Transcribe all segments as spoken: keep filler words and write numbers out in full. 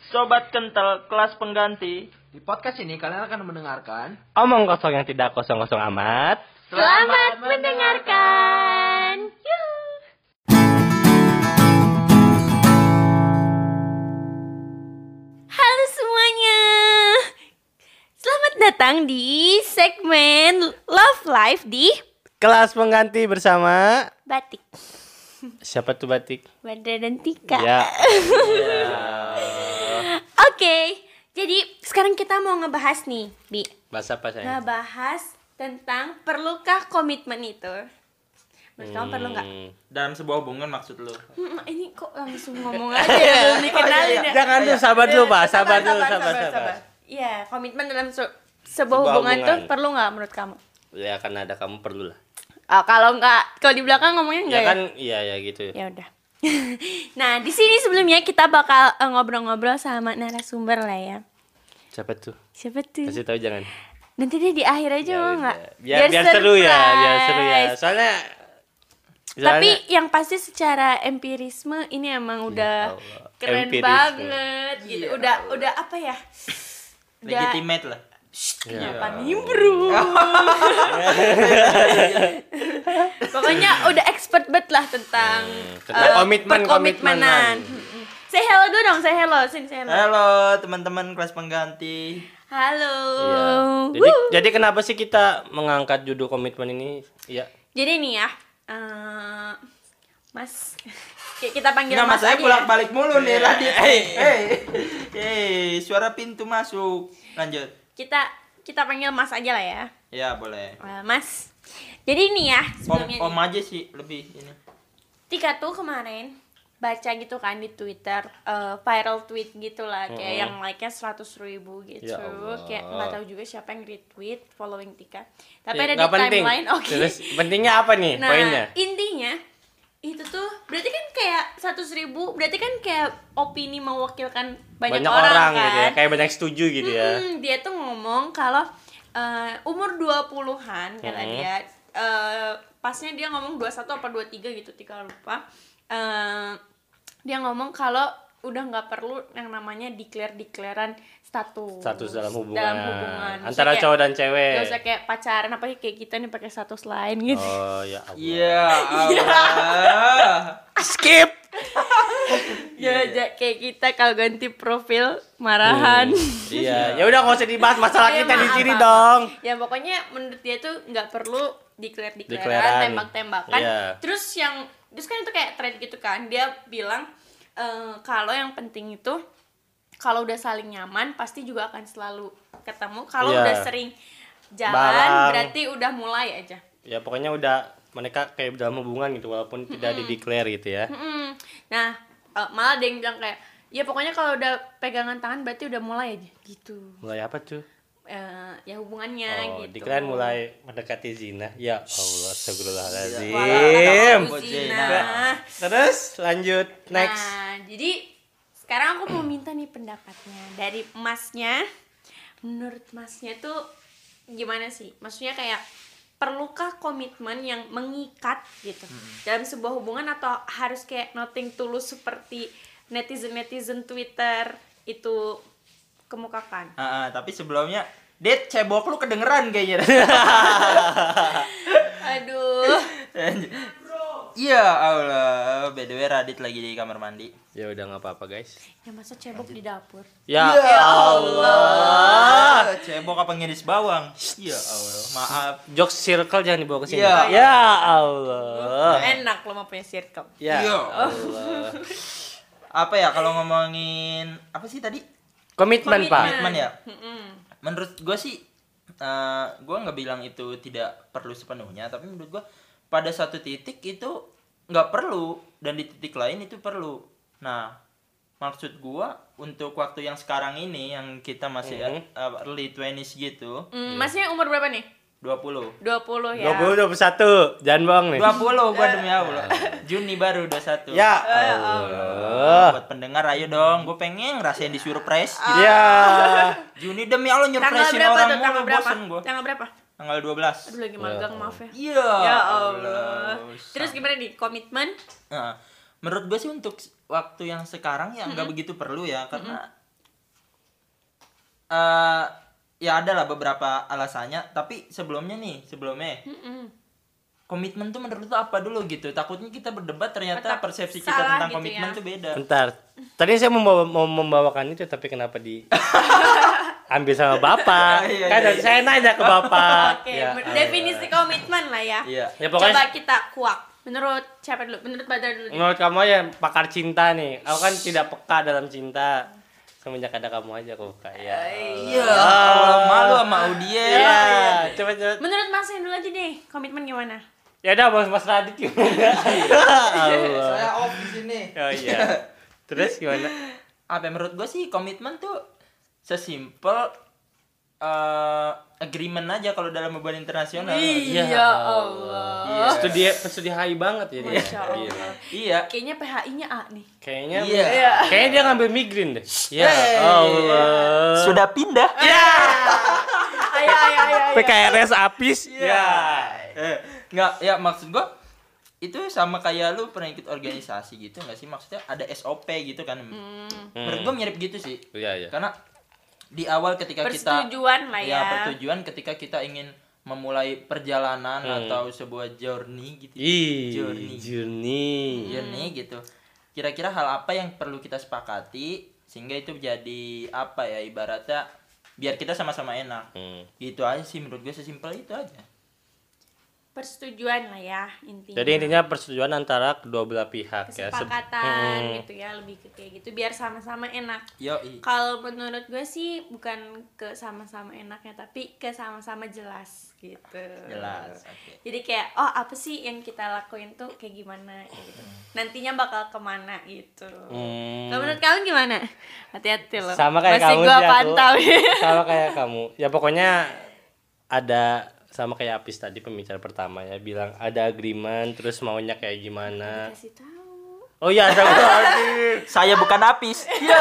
Sobat Kental kelas pengganti. Di podcast ini kalian akan mendengarkan omong kosong yang tidak kosong-kosong amat. Selamat mendengarkan. Yuh. Halo semuanya. Selamat datang di segmen Love Life di Kelas pengganti bersama Batik. siapa tuh Batik? Badra dan Tika. Ya. Oke, jadi sekarang kita mau ngebahas nih, Bi. Bahasa apa sayang? Ngebahas tentang perlukah komitmen itu. Menurut kamu perlu nggak? Dalam sebuah hubungan maksud lu? Hmm, ini kok langsung ngomong aja belum dikenalin ya? Jangan dulu, sabar dulu Pak, sabar dulu, sabar, sabar. Iya, komitmen dalam se- sebuah Sebuah hubungan tuh hubungan. perlu nggak menurut kamu? Ya karena ada kamu perlu lah. Oh, kalau nggak, kalau di belakang ngomongnya Ya nggak ya? kan, iya ya gitu. Ya udah. Nah, di sini sebelumnya kita bakal eh, ngobrol-ngobrol sama narasumber lah ya. Siapa tuh? Siapa tuh? Kasih tahu jangan. Nanti deh di akhir aja mau Ya nggak? udah. Biar biar seru ya, biar seru ya. surprise. Soalnya Tapi soalnya- yang pasti secara empirisme ini emang udah Allah. keren Empirisme. banget gitu. Iya, Udah udah apa ya? Udah Legitimate lah. kenapa nih bro? Pokoknya udah expert banget lah tentang, Hmm, tentang eh, komitmen, perkomitmenan. Mm-mm. Say hello dulu dong, say hello, sini say hello. Halo teman-teman kelas pengganti. Halo. Iya. Jadi, Wuh. jadi kenapa sih kita mengangkat judul komitmen ini? Iya. Jadi nih ya, eh, Mas, Ki- kita panggil Nggak, Mas mas saya aja bolak ya. balik mulu nih Radit. Hey. Hey, hey, suara pintu masuk. Lanjut. Kita kita panggil Mas aja lah ya. Ya boleh. Eh, Mas. Jadi nih ya, Om, sebelumnya om nih, aja sih lebih ini. Tika tuh kemarin baca gitu kan di Twitter, eh, viral tweet gitu lah, kayak Mm. yang like-nya seratus ribu gitu. Ya Allah. Kayak nggak tahu juga siapa yang retweet following Tika. Tapi Ya, ada di nggak penting. timeline, oke. Terus pentingnya apa nih Nah, poinnya? intinya itu tuh berarti kan kayak seratus ribu, berarti kan kayak opini mewakilkan banyak, Banyak, orang, orang, kan. gitu ya, kayak banyak setuju gitu ya. Mm-mm, dia tuh ngomong kalau eh, umur dua puluhan kata Mm-mm. dia, eh, pasnya dia ngomong dua puluh satu apa dua puluh tiga gitu, Tika lupa. Eh, dia ngomong kalau udah nggak perlu yang namanya declare-declarean status. Status dalam hubungan. Dalam hubungan. Maksudnya Antara kayak cowok dan cewek. Gak usah kayak pacaran, apa kayak kita nih pakai status lain gitu. Oh ya Allah. Iya, Allah. Skip. Ya, ja- kayak kita kalau ganti profil marahan. Iya, ya udah nggak usah dibahas masalah Ya, kita di maaf, sini maaf. dong. Ya pokoknya menurut dia tuh nggak perlu declare Declarean. declarean, tembak-tembakan. Iya. Terus yang terus kan itu kayak thread gitu kan. Dia bilang eh, kalau yang penting itu kalau udah saling nyaman pasti juga akan selalu ketemu. Kalau Iya. udah sering jalan Barang. berarti udah mulai aja. Ya pokoknya udah mereka kayak dalam hubungan gitu walaupun tidak di-declare gitu ya. Mm-mm. Nah, eh, malah ada yang bilang kayak ya pokoknya kalau udah pegangan tangan berarti udah mulai aja gitu. Mulai apa tuh? Eh, ya hubungannya Oh, gitu. declare mulai mendekati zina. Ya Allah, Walau astagfirullahaladzim. kata Zina. zina. Terus lanjut next. Nah, jadi sekarang aku mau minta nih pendapatnya dari Masnya. Menurut Masnya tuh gimana sih? Maksudnya kayak perlukah komitmen yang mengikat gitu dalam sebuah hubungan, atau harus kayak nothing tulus seperti netizen-netizen Twitter itu kemukakan? Ah, ah, tapi sebelumnya, Dit, cebok lu kedengeran kayaknya. Aduh. Iya, Allah. B D W Radit lagi di kamar mandi. Ya udah nggak apa-apa guys. Ya masa cebok di dapur? Ya, Ya Allah. Ah, cebok apa ngiris bawang? Ya Allah, maaf. Jokes circle jangan dibawa ke sini. Iya. Ya Allah. Enak lo mau punya circle. Ya Iya. Allah. Apa ya kalau ngomongin apa sih tadi? Komitmen, Pak. Komitmen ya. Mm-mm. Menurut gue sih, eh gue nggak bilang itu tidak perlu sepenuhnya, tapi menurut gue pada satu titik itu nggak perlu dan di titik lain itu perlu. Nah, maksud gue untuk waktu yang sekarang ini yang kita masih Mhm. uh, early twenties gitu, Mm, Masnya umur berapa nih? dua puluh. dua puluh ya. dua puluh dua puluh satu. Jangan bohong nih. dua puluh gue demi Allah. Juni baru dua puluh satu. Ya Allah. Buat pendengar ayo dong, gue pengen ngerasain di surprise gitu. Ya. Juni demi Allah Tanggal nyurprisein berapa orang tuh? Tanggal mulu, berapa? bosen gue. Tanggal berapa? Tanggal dua belas. Aduh lagi magang, maaf ya. Iya. Ya Allah. Terus gimana nih komitmen? Nah, menurut gue sih untuk waktu yang sekarang ya nggak begitu perlu ya, karena eh ya ada lah beberapa alasannya, tapi sebelumnya nih, sebelumnya Mm-mm. komitmen tuh menurut lu apa dulu gitu? Takutnya kita berdebat ternyata Tetap persepsi kita salah tentang gitu komitmen ya. tuh beda. Bentar. Tadi saya membawa, mau membawakan itu tapi kenapa di ambil sama bapak? Iya, Kan iya, iya. saya nanya ke bapak. Oke, Ya, ber- Allah. definisi komitmen lah ya. Iya. Ya pokoknya Coba kita kuak. Menurut siapa dulu? Menurut Badar dulu. menurut kamu aja pakar cinta nih. Aku kan tidak peka dalam cinta. Semenjak ada kamu aja aku peka. Ya. Iya, Allah, malu sama audiens. Iya, coba coba. Menurut Mas yang dulu aja deh, komitmen gimana? Ya udah Mas Mas Radit gimana? Allah. Saya off di sini. Oh iya. Terus gimana? Apa ya, menurut gue sih komitmen tuh sesimpel eh, agreement aja kalau dalam hubungan internasional. Iya. Ya Allah. Iya. Studi studi H I banget ya dia. Masya Allah. Gila. Iya. Kayaknya P H I-nya A nih. Kayaknya Iya. kayaknya dia ngambil migrain deh. Ya Hey. Allah. Sudah pindah. Ya. Ayo ayo ayo. P K R S Apis. Ya. Eh, nggak, ya maksud gua itu sama kayak lu pernah ikut organisasi gitu nggak sih, maksudnya ada S O P gitu kan. Menurut gua mirip gitu sih. Iya iya. Karena di awal ketika kita Persetujuan lah ya. ya persetujuan ketika kita ingin memulai perjalanan Hmm. atau sebuah journey gitu. Ih, Journey. journey. Journey gitu. Kira-kira hal apa yang perlu kita sepakati sehingga itu jadi apa ya, ibaratnya biar kita sama-sama enak. Hmm. Gitu aja sih menurut gue, sesimpel itu aja. Persetujuan lah ya intinya. Jadi intinya persetujuan antara kedua belah pihak ya. Seb- kesepakatan Hmm. gitu ya, lebih ke kayak gitu biar sama-sama enak. Yoi. Kalau menurut gue sih bukan ke sama-sama enaknya tapi ke sama-sama jelas gitu. Jelas. Oke. Jadi kayak oh apa sih yang kita lakuin tuh kayak gimana kayak gitu. Nantinya bakal kemana gitu. Hmm. Kalau menurut kamu gimana? Hati-hati loh. Sama kayak Masih kamu gua sih aku. pantau. Sama kayak kamu. Ya pokoknya ada sama kayak Apis tadi pembicara pertama ya bilang ada agreement terus maunya kayak gimana. Kasih tahu. Oh iya ada lagi. Saya bukan Apis. Ya.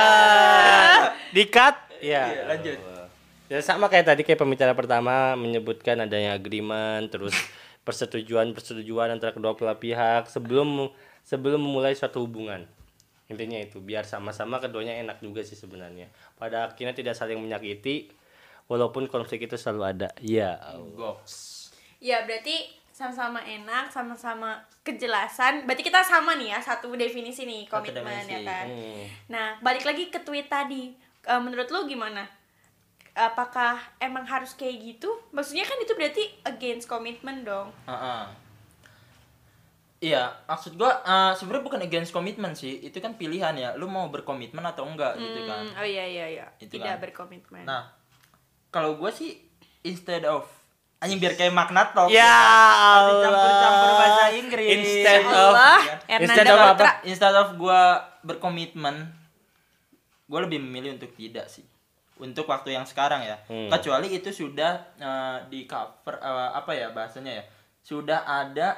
Dikat. Ya. Iya, lanjut. Ya sama kayak tadi kayak pembicara pertama menyebutkan adanya agreement terus persetujuan persetujuan antara kedua belah pihak sebelum sebelum memulai suatu hubungan. Intinya itu biar sama-sama keduanya enak juga sih sebenarnya. Pada akhirnya tidak saling menyakiti walaupun konflik itu selalu ada. Ya. Goks. Ya berarti sama-sama enak, sama-sama kejelasan. Berarti kita sama nih ya, satu definisi nih Satu komitmen ya definisi. kan. Hmm. Nah, balik lagi ke tweet tadi. Eh, menurut lu gimana? Apakah emang harus kayak gitu? Maksudnya kan itu berarti against komitmen dong. Heeh. Iya, maksud gua eh, sebenarnya bukan against komitmen sih, itu kan pilihan ya. Lu mau berkomitmen atau enggak gitu kan. Hmm, oh iya iya iya. Itu Tidak kan. berkomitmen. Nah, kalau gua sih instead of anjing biar kayak makna talk. Ya Tapi campur-campur Allah. bahasa Inggris. Instead of Allah, Ya. Instead Hernanda of Putra. apa? Instead of gua berkomitmen, gua lebih memilih untuk tidak sih. Untuk waktu yang sekarang ya. Hmm. Kecuali itu sudah eh, di cover eh, apa ya bahasanya ya? Sudah ada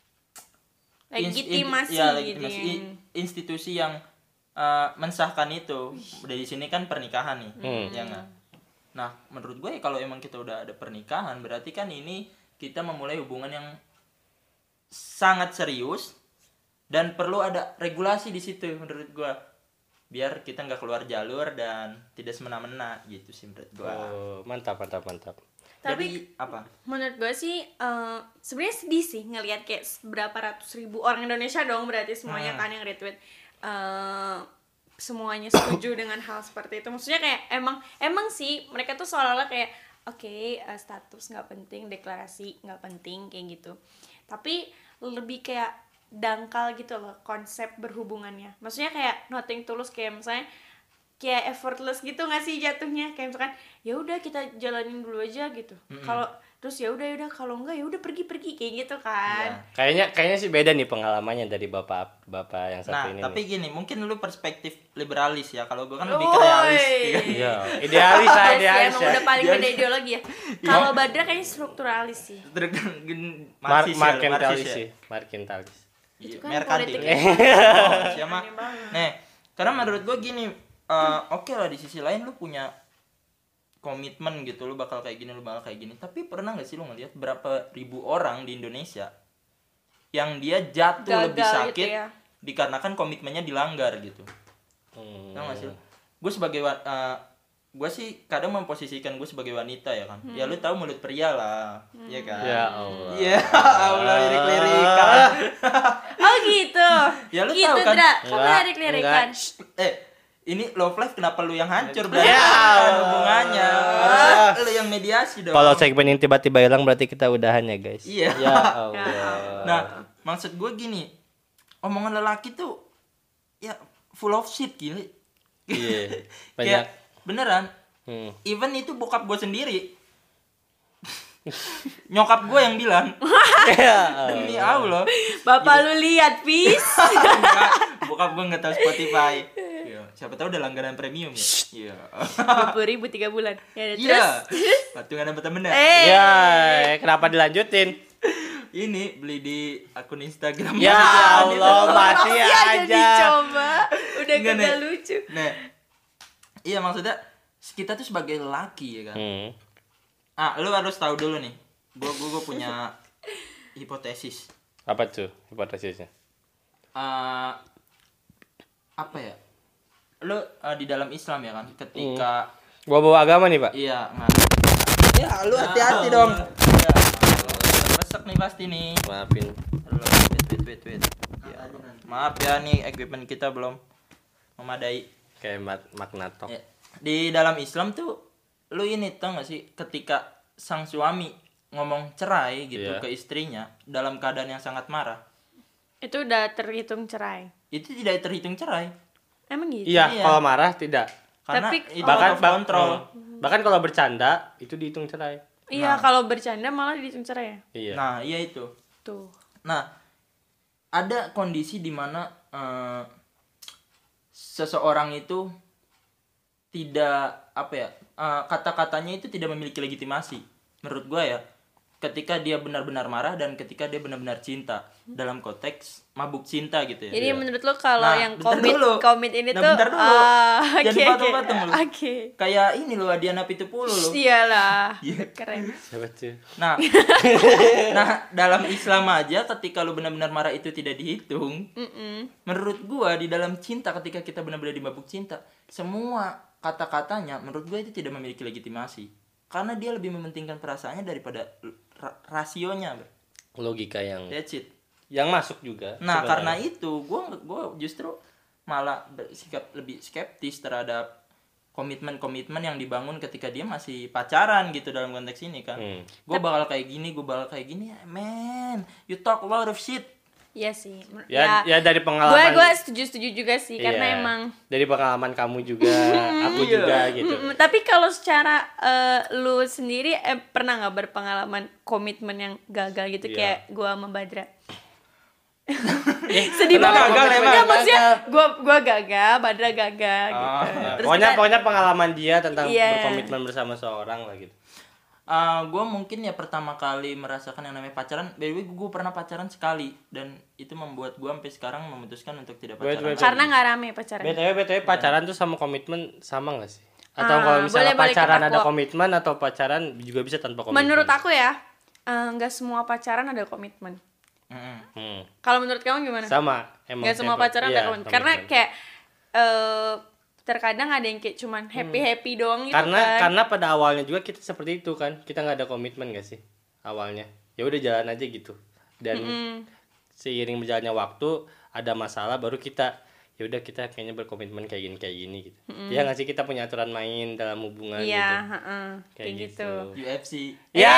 ins- in- Legitimasi ya, gitu legitimasi yang- I- institusi yang eh, mensahkan itu. Dari sini kan pernikahan nih. Hmm. Ya nggak? Nah, menurut gue kalau emang kita udah ada pernikahan, berarti kan ini kita memulai hubungan yang sangat serius dan perlu ada regulasi di situ menurut gue. Biar kita nggak keluar jalur dan tidak semena-mena gitu sih menurut gue. Oh, mantap mantap mantap. Tapi- Jadi apa? Menurut gue sih eh, sebenarnya sedih sih ngelihat kayak berapa ratus ribu orang Indonesia dong berarti semuanya Hmm. kan yang retweet eh, semuanya setuju dengan hal seperti itu. Maksudnya kayak emang emang sih mereka tuh seolah-olah kayak oke eh, status nggak penting, deklarasi nggak penting kayak gitu. Tapi lebih kayak dangkal gitu loh konsep berhubungannya. Maksudnya kayak nothing tulus kayak misalnya kayak effortless gitu nggak sih jatuhnya, kayak misalkan ya udah kita jalanin dulu aja gitu. Kalau terus ya udah ya udah kalau enggak ya udah pergi-pergi kayak gitu kan. Ya. Kayaknya kayaknya sih beda nih pengalamannya dari bapak bapak yang satu Nah, ini. tapi nih. gini, mungkin lu perspektif liberalis ya. Kalau gue kan lebih ke Woi. realis. ya. Iya, idealis lah, Iya sih, idealis emang ya. udah paling Dia- beda ideologi ya. Kalau Badra kayaknya strukturalis sih. Mar Marxis ya, Markentalis Marxis ya. sih, Markentalis. Iya, Itu kan merkantil. politik. Oh, siapa? Aneh banget. Nih, karena menurut gue gini, eh, oke lah di sisi lain lu punya komitmen gitu, lu bakal kayak gini, lu bakal kayak gini. Tapi pernah nggak sih lu ngeliat berapa ribu orang di Indonesia yang dia jatuh Gagal lebih sakit gitu ya. dikarenakan komitmennya dilanggar gitu. Hmm. Tahu nggak sih? Gue sebagai wa- eh, gue sih kadang memposisikan gue sebagai wanita ya kan. Ya lu tahu mulut pria lah, ya kan. Ya Allah. Iya, Allah lirik-lirikan. Oh gitu. Ya, lu gitu, tahu kan? Dra. Kamu Enggak, lirik-lirikan. Eh, ini love life kenapa lu yang hancur Ya. berarti kan hubungannya. Harusnya lu yang mediasi dong. Kalau segmen ini tiba-tiba hilang berarti kita udahan ya guys. Iya. Ya Allah. Nah, maksud gue gini, omongan lelaki tuh ya full of shit gini. Iya. Kayak Banyak. beneran. Hmm. Even itu bokap gue sendiri. Nyokap gue yang bilang. Ya Demi Allah. Bapak lu lihat, Pis. Enggak, bokap gue nggak tahu Spotify. Iya, siapa tahu udah langganan premium ya. Iya. dua puluh ribu tiga bulan. Ya, udah, Iya. terus. Patungan sama temennya. Eh. Ya, kenapa dilanjutin? Ini beli di akun Instagram. Ya Maksudnya, Allah, gitu. masih Masih aja aja. dicoba. Udah Enggak, kagak Nek. lucu. Nah, iya maksudnya kita tuh sebagai lelaki ya kan. Hmm. Ah, lu harus tahu dulu nih. Gua gua, gua punya hipotesis. Apa tuh hipotesisnya? Ah, apa ya? Lu ah, di dalam Islam ya kan, ketika Gua bawa agama nih, Pak. iya, nah. Ya, lu hati-hati dong. Ya, resek nih pasti nih. Maafin. Lu, wait, wait, wait, wait. Ya, maaf ya nih equipment kita belum memadai. Kayak mat- magnatok. Ya, di dalam Islam tuh lu ini tau gak sih ketika sang suami ngomong cerai gitu Iya. ke istrinya dalam keadaan yang sangat marah, Itu udah terhitung cerai. itu tidak terhitung cerai Emang gitu? Iya, Iya. kalau marah tidak. karena Tapi- itu Bahkan out of bah- control. hmm. Bahkan kalau bercanda itu dihitung cerai. Iya, Nah. kalau bercanda malah dihitung cerai ya. Iya. Nah iya itu. Tuh. Nah ada kondisi di mana eh, seseorang itu tidak apa ya eh, kata-katanya itu tidak memiliki legitimasi menurut gua ya, ketika dia benar-benar marah dan ketika dia benar-benar cinta dalam konteks mabuk cinta gitu ya. Jadi menurut lo kalau Nah, yang bentar komit dulu. komit ini Nah, tuh bentar dulu. ah, Jangan oke oke. patung-patung lu. Oke. Kayak ini loh Adiana Pitupulu loh. Iyalah. Iya. Keren. Siapa tuh? Nah, nah dalam Islam aja ketika lu benar-benar marah itu tidak dihitung. Mm-mm. Menurut gua di dalam cinta ketika kita benar-benar dimabuk cinta, semua kata-katanya menurut gua itu tidak memiliki legitimasi. Karena dia lebih mementingkan perasaannya daripada ra- rasionya, bro. Logika yang That's it. yang masuk juga. Nah, sebenarnya. karena itu gua gua justru malah bersikap lebih skeptis terhadap komitmen-komitmen yang dibangun ketika dia masih pacaran gitu dalam konteks ini kan. Hmm. Gua bakal kayak gini, gua bakal kayak gini. Man, you talk a lot of shit. Iya sih. Men- Ya, ya dari Gue pengalaman. gue setuju setuju juga sih Iya. karena emang. Dari pengalaman kamu juga, aku Iya. juga gitu. Mm, tapi kalau secara eh, lu sendiri eh, pernah nggak berpengalaman komitmen yang gagal gitu Iya. kayak gue sama Badra? Sedih Kenapa banget. gagal emang? Nggak, maksudnya gue gue gagal, Badra gagal Oh, gitu. Nah, Terus pokoknya kita- pokoknya pengalaman dia tentang Iya. berkomitmen bersama seorang lah gitu. Uh, gue mungkin ya pertama kali merasakan yang namanya pacaran. By the way, gue pernah pacaran sekali dan itu membuat gue sampai sekarang memutuskan untuk tidak Wait, pacaran. wait, karena nggak rame pacaran. B T W B T W pacaran tuh sama komitmen sama gak sih? Atau Ah, kalau misalnya boleh, boleh, pacaran kita ada klop. komitmen atau pacaran juga bisa tanpa komitmen? Menurut aku ya eh, nggak semua pacaran ada komitmen. Mm-mm. Hmm. Kalau menurut kamu gimana? Sama, emang Nggak semua tiap- pacaran iya, ada komitmen. Karena komitmen. kayak eh terkadang ada yang kayak cuman happy happy doang gitu karena kan. karena pada awalnya juga kita seperti itu kan, kita nggak ada komitmen gak sih awalnya, ya udah jalan aja gitu, dan Mm. seiring berjalannya waktu ada masalah baru kita ya udah kita kayaknya berkomitmen kayak gini kayak gini gitu. Ya nggak sih, kita punya aturan main dalam hubungan Iya, gitu. heeh, kayak, Kayak gitu. U F C. Ya.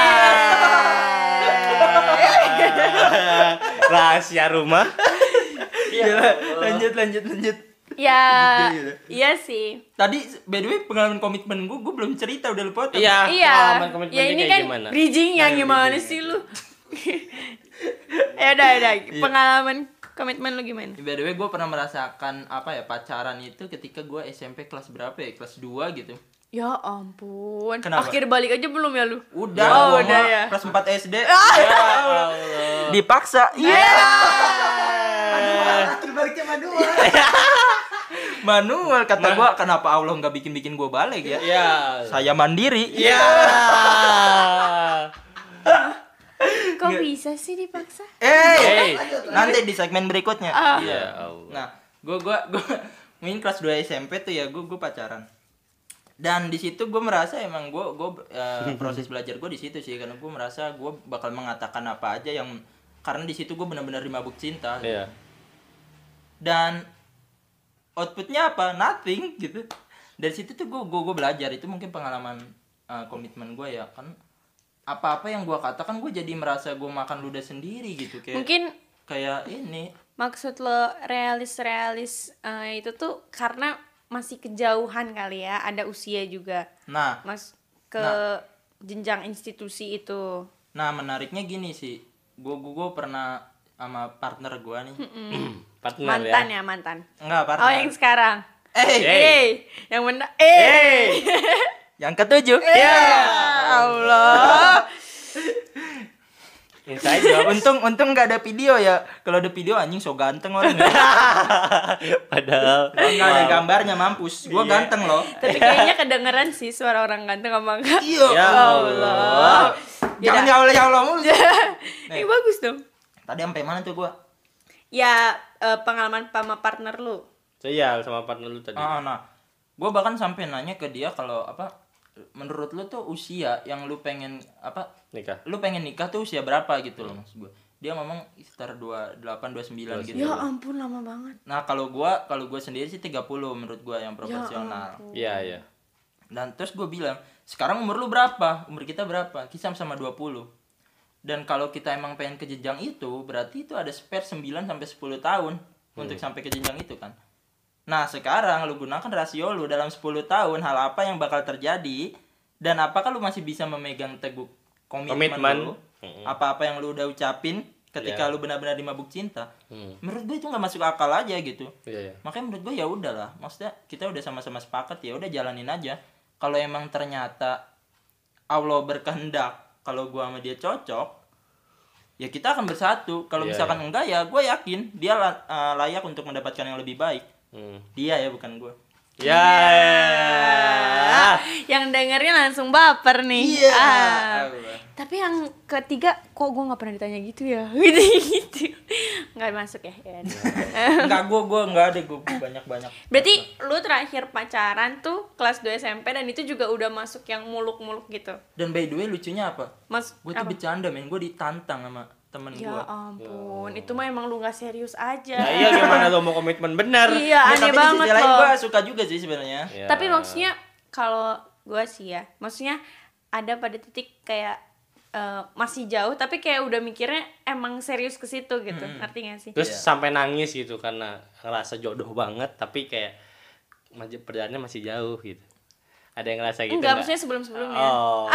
Rahasia rumah. Iya, lanjut lanjut lanjut. Ya, Gitu, gitu. iya sih. Tadi by the way pengalaman komitmen gue, gue belum cerita udah lu potong. Iya. Iya. Pengalaman komitmennya Ya ini kayak kan gimana? bridging yang Nah, gimana bridging. sih lu? Ya udah udah. Pengalaman komitmen lu gimana? By the way, gue pernah merasakan apa ya pacaran itu ketika gue S M P kelas berapa ya? Kelas dua gitu. Ya ampun. Kenapa? Akhir balik aja belum ya lu? Udah, Oh, gua udah mah ya. kelas empat S D. Ya Allah. Dipaksa. Iya. Baliknya manual. Manual kata gua, kenapa Allah nggak bikin-bikin gua balik ya? Ya. Saya mandiri. Ya. Kok bisa sih dipaksa? Eh, Hey. nanti di segmen berikutnya. Ah. Ya Allah. Nah, gua gua gua mungkin kelas dua S M P tuh ya, gua gua pacaran. Dan di situ gue merasa emang gue gue uh, proses belajar gue di situ sih, karena gue merasa gue bakal mengatakan apa aja yang karena di situ gue benar-benar dimabuk cinta. Iya. Dan outputnya apa? Nothing gitu. Dari situ tuh gue gue, gue belajar, itu mungkin pengalaman uh, komitmen gue ya kan. Apa-apa yang gue katakan gue jadi merasa gue makan ludah sendiri gitu, kayak Mungkin kayak ini. maksud lo realis-realis eh, itu tuh karena masih kejauhan kali ya, ada usia juga. Nah, Mas ke Nah. jenjang institusi itu. nah menariknya gini sih. Gue gue pernah sama partner gue nih. Partner Mantan ya. ya, mantan. Enggak, partner. Oh, yang sekarang. Eh, Eh, yang mana? Eh. yang ketujuh. Ya Allah. Inside job. untung untung nggak ada video ya. Kalau ada video anjing so ganteng orang. Padahal Nggak ada gambarnya, mampus. Gua ganteng loh. Tapi kayaknya kedengeran sih suara orang ganteng apa enggak? Iya. Ya Allah. Jangan ya Allah ya Allah mulu. Ini bagus dong. Tadi sampai mana tuh gua? Ya eh, pengalaman sama partner lu. So, iya sama partner lu tadi. Ah, nah, gua bahkan sampai nanya ke dia kalau apa menurut lu tuh usia yang lu pengen apa Nikah. lu pengen nikah tuh usia berapa gitu loh maksud gua. Dia ngomong sekitar dua puluh delapan dua puluh sembilan gitu. Ya ampun lama banget. Nah, kalau gua kalau gua sendiri sih tiga puluh menurut gua yang proporsional. Iya, iya. Dan terus gue bilang, sekarang umur lu berapa? Umur kita berapa? Kita sama dua puluh. Dan kalau kita emang pengen ke jenjang itu, berarti itu ada spare sembilan sampai sepuluh tahun untuk sampai ke jenjang itu kan. Nah, sekarang lu gunakan rasio lu dalam sepuluh tahun, hal apa yang bakal terjadi dan apakah lu masih bisa memegang teguh komitmen, Komitmen. lu? Apa-apa yang lu udah ucapin ketika Iya. lu benar-benar dimabuk cinta. Hmm. Menurut gue itu nggak masuk akal aja gitu. Iya, iya. Makanya menurut gue ya udahlah, maksudnya kita udah sama-sama sepakat, ya udah jalanin aja. Kalau emang ternyata Allah berkehendak kalau gue sama dia cocok, ya kita akan bersatu. Kalau Iya, misalkan iya. enggak, ya gue yakin dia la- eh, layak untuk mendapatkan yang lebih baik. Hmm. Dia ya, bukan gue. Ya. Ah, yang dengernya langsung baper nih. Iya. Ah. Allah. Tapi yang ketiga kok gue nggak pernah ditanya gitu ya? Gitu gitu. Nggak masuk ya? Ya. Enggak, gue gue enggak ada, gue banyak-banyak. Berarti lu terakhir pacaran tuh kelas dua S M P dan itu juga udah masuk yang muluk-muluk gitu. Dan by the way lucunya apa? Mas Gue tuh apa? bercanda men, gue ditantang sama temen Ya gue. ampun, itu mah emang lu nggak serius aja. Nah, iya gimana lo mau komitmen benar? Iya, Ya, aneh tapi di banget sisi lain loh. gue suka juga sih sebenarnya. Ya. Tapi maksudnya kalau gue sih ya, maksudnya ada pada titik kayak eh, masih jauh tapi kayak udah mikirnya emang serius ke situ gitu. Ngerti gak sih? Terus Iya. sampai nangis gitu karena ngerasa jodoh banget tapi kayak maju perjalanannya masih jauh gitu. Ada yang ngerasa gitu Enggak, nggak? maksudnya sebelum-sebelumnya. Oh.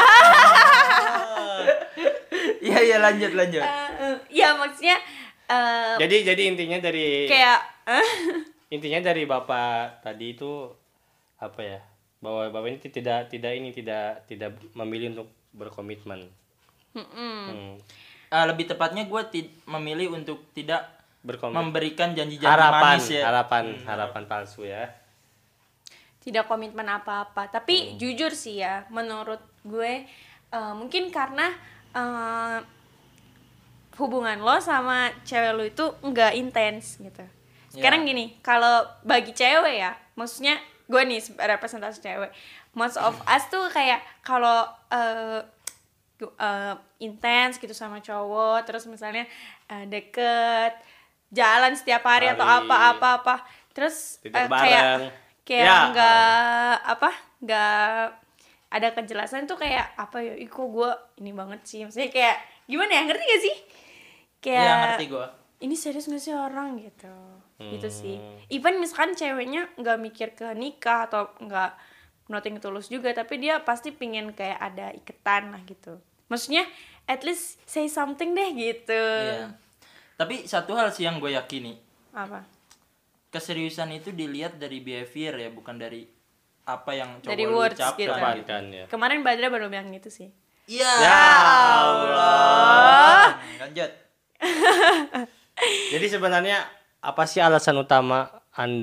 Iya iya lanjut lanjut. Eh, ya maksudnya eh, Jadi jadi intinya dari kayak eh, intinya dari Bapak tadi itu apa ya? Bahwa Bapak ini tidak tidak ini tidak tidak memilih untuk berkomitmen. mm-mm. Hmm. Ah, lebih tepatnya gue ti- memilih untuk tidak Berkomitmen. memberikan janji-janji Harapan, manis ya. harapan, harapan palsu ya. Tidak komitmen apa-apa. Tapi jujur sih ya, menurut gue eh, mungkin karena eh, hubungan lo sama cewek lo itu nggak intens gitu. Sekarang Ya. gini, kalau bagi cewek ya, maksudnya gue nih representasi cewek, most of us tuh kayak kalau eh, gu- eh, intens gitu sama cowok, terus misalnya eh, deket, jalan setiap hari, atau Hari. apa-apa-apa, terus Tidur eh, bareng. kayak kayak Ya. nggak apa nggak ada kejelasan tuh kayak apa ya, ih kok gue ini banget sih, maksudnya kayak gimana ya, ngerti gak sih? Kayak Iya ngerti gue. ini serius gak sih orang gitu, gitu Hmm. sih. Even misalkan ceweknya nggak mikir ke nikah atau nggak nothing tulus juga, tapi dia pasti pingin kayak ada iketan lah gitu. Maksudnya at least say something deh gitu. Iya. Tapi satu hal sih yang gue yakini, Apa? keseriusan itu dilihat dari behavior ya, bukan dari apa yang coba Dari lu words ucapkan gitu. Dapatkan ya. Kemarin Badra baru bilang gitu sih. Iya. Ya Allah. Lanjut. Jadi sebenarnya apa sih alasan utama Anda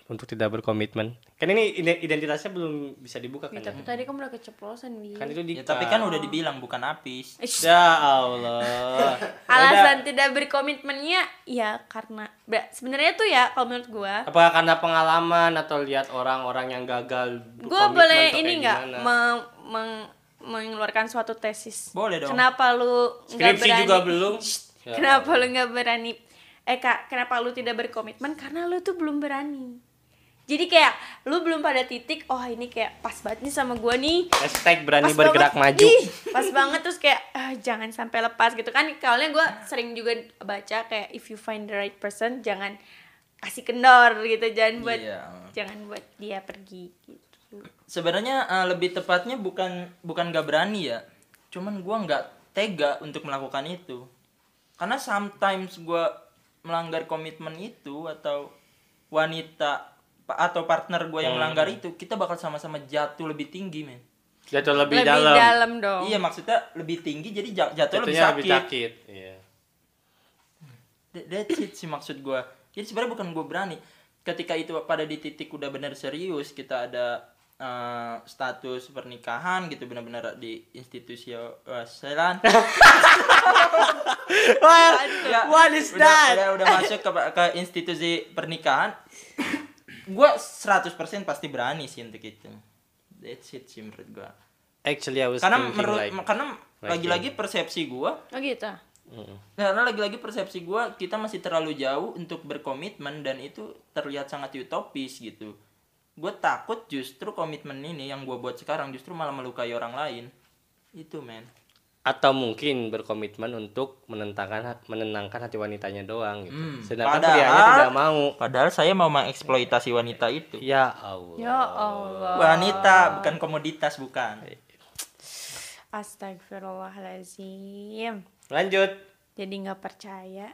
untuk tidak berkomitmen? Kan ini ide- identitasnya belum bisa dibuka kan? Tapi tadi kamu udah keceplosan, Wi. Kan itu di Ya, tapi kan udah dibilang bukan Apis. Ish. Ya Allah. Alasan tidak berkomitmennya ya karena ba- sebenarnya tuh ya kalau menurut gua, Apakah karena pengalaman atau lihat orang-orang yang gagal gua berkomitmen boleh atau ini kayak nggak gimana? meng- meng- mengeluarkan suatu tesis. Boleh dong. Kenapa lu nggak Skripsi berani? juga belum? Shh, Ya kenapa lu nggak berani? Eh kak, kenapa lu tidak berkomitmen? Karena lu tuh belum berani. Jadi kayak lu belum pada titik, oh ini kayak pas banget nih sama gua nih. Hashtag berani Pas bergerak banget, maju. ih, pas banget terus kayak ah, jangan sampai lepas gitu kan. Soalnya gue sering juga baca kayak if you find the right person jangan kasih kendor gitu, jangan buat Iya. jangan buat dia pergi gitu. Sebenarnya eh, lebih tepatnya bukan bukan gak berani ya. Cuman gua nggak tega untuk melakukan itu. Karena sometimes gua melanggar komitmen itu atau wanita pa- atau partner gue yang Hmm. melanggar itu, kita bakal sama-sama jatuh lebih tinggi, men. Jatuh lebih, Lebih dalam. dalam dong. Iya, maksudnya lebih tinggi jadi ja- jatuh lebih Jatuhnya sakit. lebih sakit. Iya. That- That's it sih maksud gue. Jadi sebenarnya bukan gue berani. Ketika itu pada di titik udah benar serius, kita ada eh, status pernikahan gitu, benar-benar di institusi waselan. Ya, What is udah, that? Udah, udah masuk ke, ke institusi pernikahan. Gue seratus persen pasti berani sih untuk itu. That's it sih menurut gue. Actually I was Karena thinking menurut like, karena like lagi-lagi persepsi gue, Oh gitu. mm, karena lagi-lagi persepsi gue kita masih terlalu jauh untuk berkomitmen dan itu terlihat sangat utopis gitu. Gue takut justru komitmen ini yang gue buat sekarang justru malah melukai orang lain. Itu men. atau mungkin berkomitmen untuk menentangkan menenangkan hati wanitanya doang gitu. Hmm, Sedangkan padahal- prianya tidak mau. Padahal saya mau mengeksploitasi wanita itu. Ya Allah. Ya Allah. Wanita bukan komoditas, bukan. Astagfirullahaladzim. Lanjut. Jadi nggak percaya.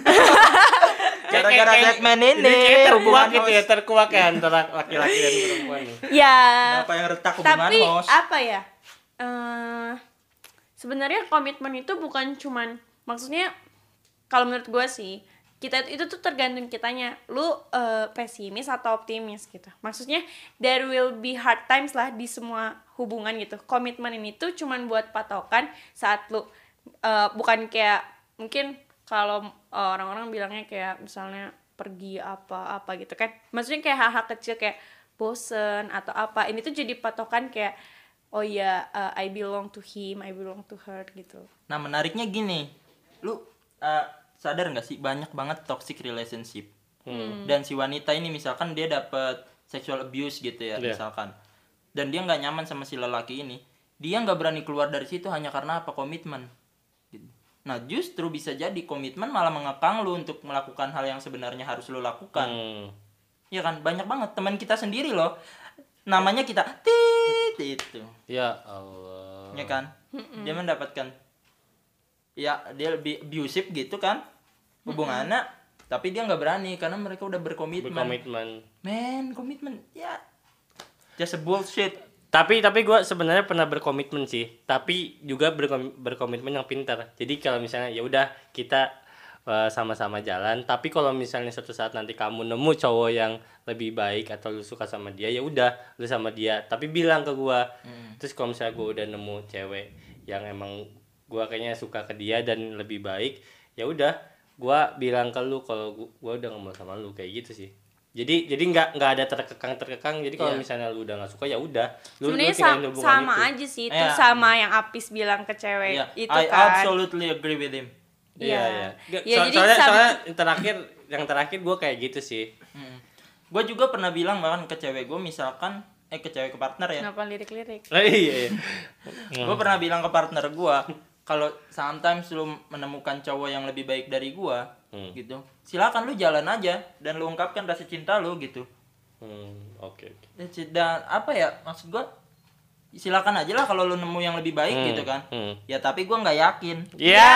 Gara-gara Kayak- segmen Ini ini kayak terkuak hubungan gitu ya, host. terkuak ya antara laki-laki dan perempuan. nih. Ya. Kenapa yang retak hubungan Tapi host? apa ya? Eh sebenarnya komitmen itu bukan cuman, maksudnya kalau menurut gue sih kita itu tuh tergantung kitanya. Lu eh, pesimis atau optimis gitu. Maksudnya there will be hard times lah di semua hubungan gitu. Komitmen ini tuh cuman buat patokan saat lu eh, bukan kayak mungkin kalau eh, orang-orang bilangnya kayak misalnya pergi apa-apa gitu kan. Maksudnya kayak hal-hal kecil kayak bosen atau apa. Ini tuh jadi patokan kayak oh ya, uh, I belong to him, I belong to her gitu. Nah, menariknya gini. Lu uh, sadar nggak sih banyak banget toxic relationship. Dan si wanita ini misalkan dia dapat sexual abuse gitu ya, Iya. misalkan. Dan dia nggak nyaman sama si lelaki ini. Dia nggak berani keluar dari situ hanya karena apa? Komitmen. Gitu. Nah, justru bisa jadi komitmen malah mengekang lu untuk melakukan hal yang sebenarnya harus lu lakukan. Hmm. Iya kan? Banyak banget teman kita sendiri loh. Namanya kita tit itu. Ya Allah. Ya kan? Dia mendapatkan ya dia lebih abusive gitu kan hubungannya, tapi dia nggak berani karena mereka udah berkomitmen. Berkomitmen. Men, komitmen ya just a bullshit. Tapi tapi gue sebenarnya pernah berkomitmen sih. Tapi juga berkom- berkomitmen yang pintar. Jadi kalau misalnya ya udah kita uh, sama-sama jalan. Tapi kalau misalnya suatu saat nanti kamu nemu cowok yang lebih baik atau lu suka sama dia, ya udah lu sama dia. Tapi bilang ke gue. Hmm. Terus kalau misalnya gue udah nemu cewek yang emang gue kayaknya suka ke dia dan lebih baik, ya udah gue bilang ke lu kalau gue udah nggak mau sama lu, kayak gitu sih. Jadi jadi nggak nggak ada terkekang terkekang. Jadi kalau Iya. misalnya lu udah nggak suka ya udah. Lu, lu Sebenarnya tinggalin sama, hubungan sama itu. aja sih itu Iya. sama yang Apis bilang ke cewek Iya, itu I kan. absolutely agree with him. Iya Iya. iya. Nggak, Ya, so- jadi soalnya sam- soalnya yang terakhir yang terakhir gue kayak gitu sih. Hmm. Gue juga pernah bilang bahkan ke cewek gue misalkan eh ke cewek ke partner ya. Kenapa lirik-lirik? Oh, iya iya. Gue pernah bilang ke partner gue kalau sometimes lu menemukan cowok yang lebih baik dari gue Hmm. gitu, silakan lu jalan aja dan lu ungkapkan rasa cinta lu gitu. Hmm, oke oke. That's it. Dan apa ya maksud gue, silakan aja lah kalau lu nemu yang lebih baik Hmm, gitu kan. hmm. Ya tapi gue nggak yakin. Ya.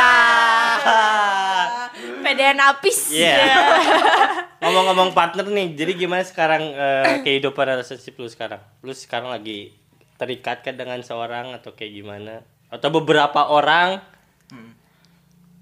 Pedean Apis. Iya. Ya. Ngomong-ngomong partner nih, jadi gimana sekarang eh, kehidupan relationship lu sekarang? Lu sekarang lagi terikat kan dengan seorang atau kayak gimana? Atau beberapa orang?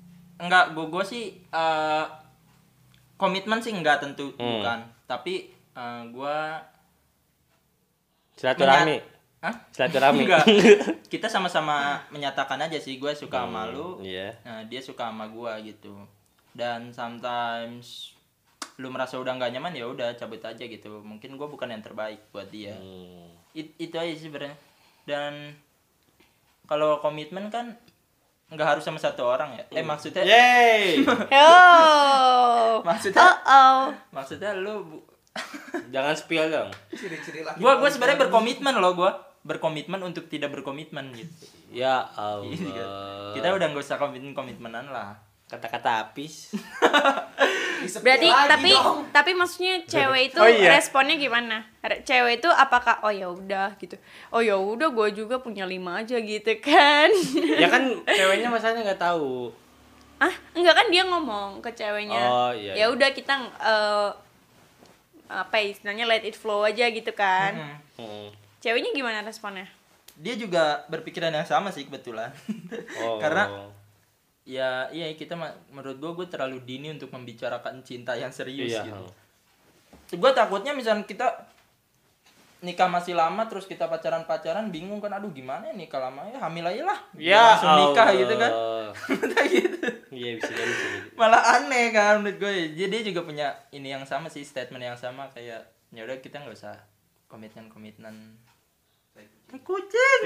Enggak, gue gue sih eh, komitmen sih enggak tentu Hmm. bukan. Tapi Eh, gua Silaturahmi. Hah? Silaturahmi. Enggak. Kita sama-sama menyatakan aja sih gue suka sama lu. Iya. Nah, dia suka sama gua gitu. Dan sometimes lu merasa udah nggak nyaman, ya udah cabut aja gitu. Mungkin gua bukan yang terbaik buat dia. Hmm. It- itu aja sih sebenarnya. Dan kalau komitmen kan nggak harus sama satu orang ya. Eh maksudnya Yeay. Oh. maksudnya Oh, oh. maksudnya lu bu- Jangan spill dong. Ciri-ciri laki. gua gua sebenarnya berkomitmen loh, gua berkomitmen untuk tidak berkomitmen gitu. Ya Allah. Kita udah nggak usah komitmen komitmenan lah. Kata-kata apis. Berarti tapi tapi maksudnya cewek itu Oh, iya. responnya gimana? Re- Cewek itu apakah oh ya udah gitu. Oh ya udah gue juga punya lima aja gitu kan. Ya kan ceweknya masalahnya nggak tahu. Ah, enggak kan dia ngomong ke ceweknya. Oh, iya, Ya iya. udah kita eh, apa ya, istilahnya let it flow aja gitu kan. Mm-mm. Hmm. Ceweknya gimana responnya? Dia juga berpikiran yang sama sih kebetulan. Oh. Karena ya iya kita ma- menurut gua gua terlalu dini untuk membicarakan cinta yang serius Iya. gitu. Gua takutnya misalnya kita nikah masih lama terus kita pacaran-pacaran bingung kan, aduh gimana ya nikah lama ya hamil aja lah. Ya langsung nikah Allah. gitu kan. Kayak gitu. Iya bisa jadi bisa jadi. Malah aneh kan menurut gue. Jadi dia juga punya ini yang sama sih, statement yang sama kayak ya udah kita nggak usah komitmen-komitmen. Kucing.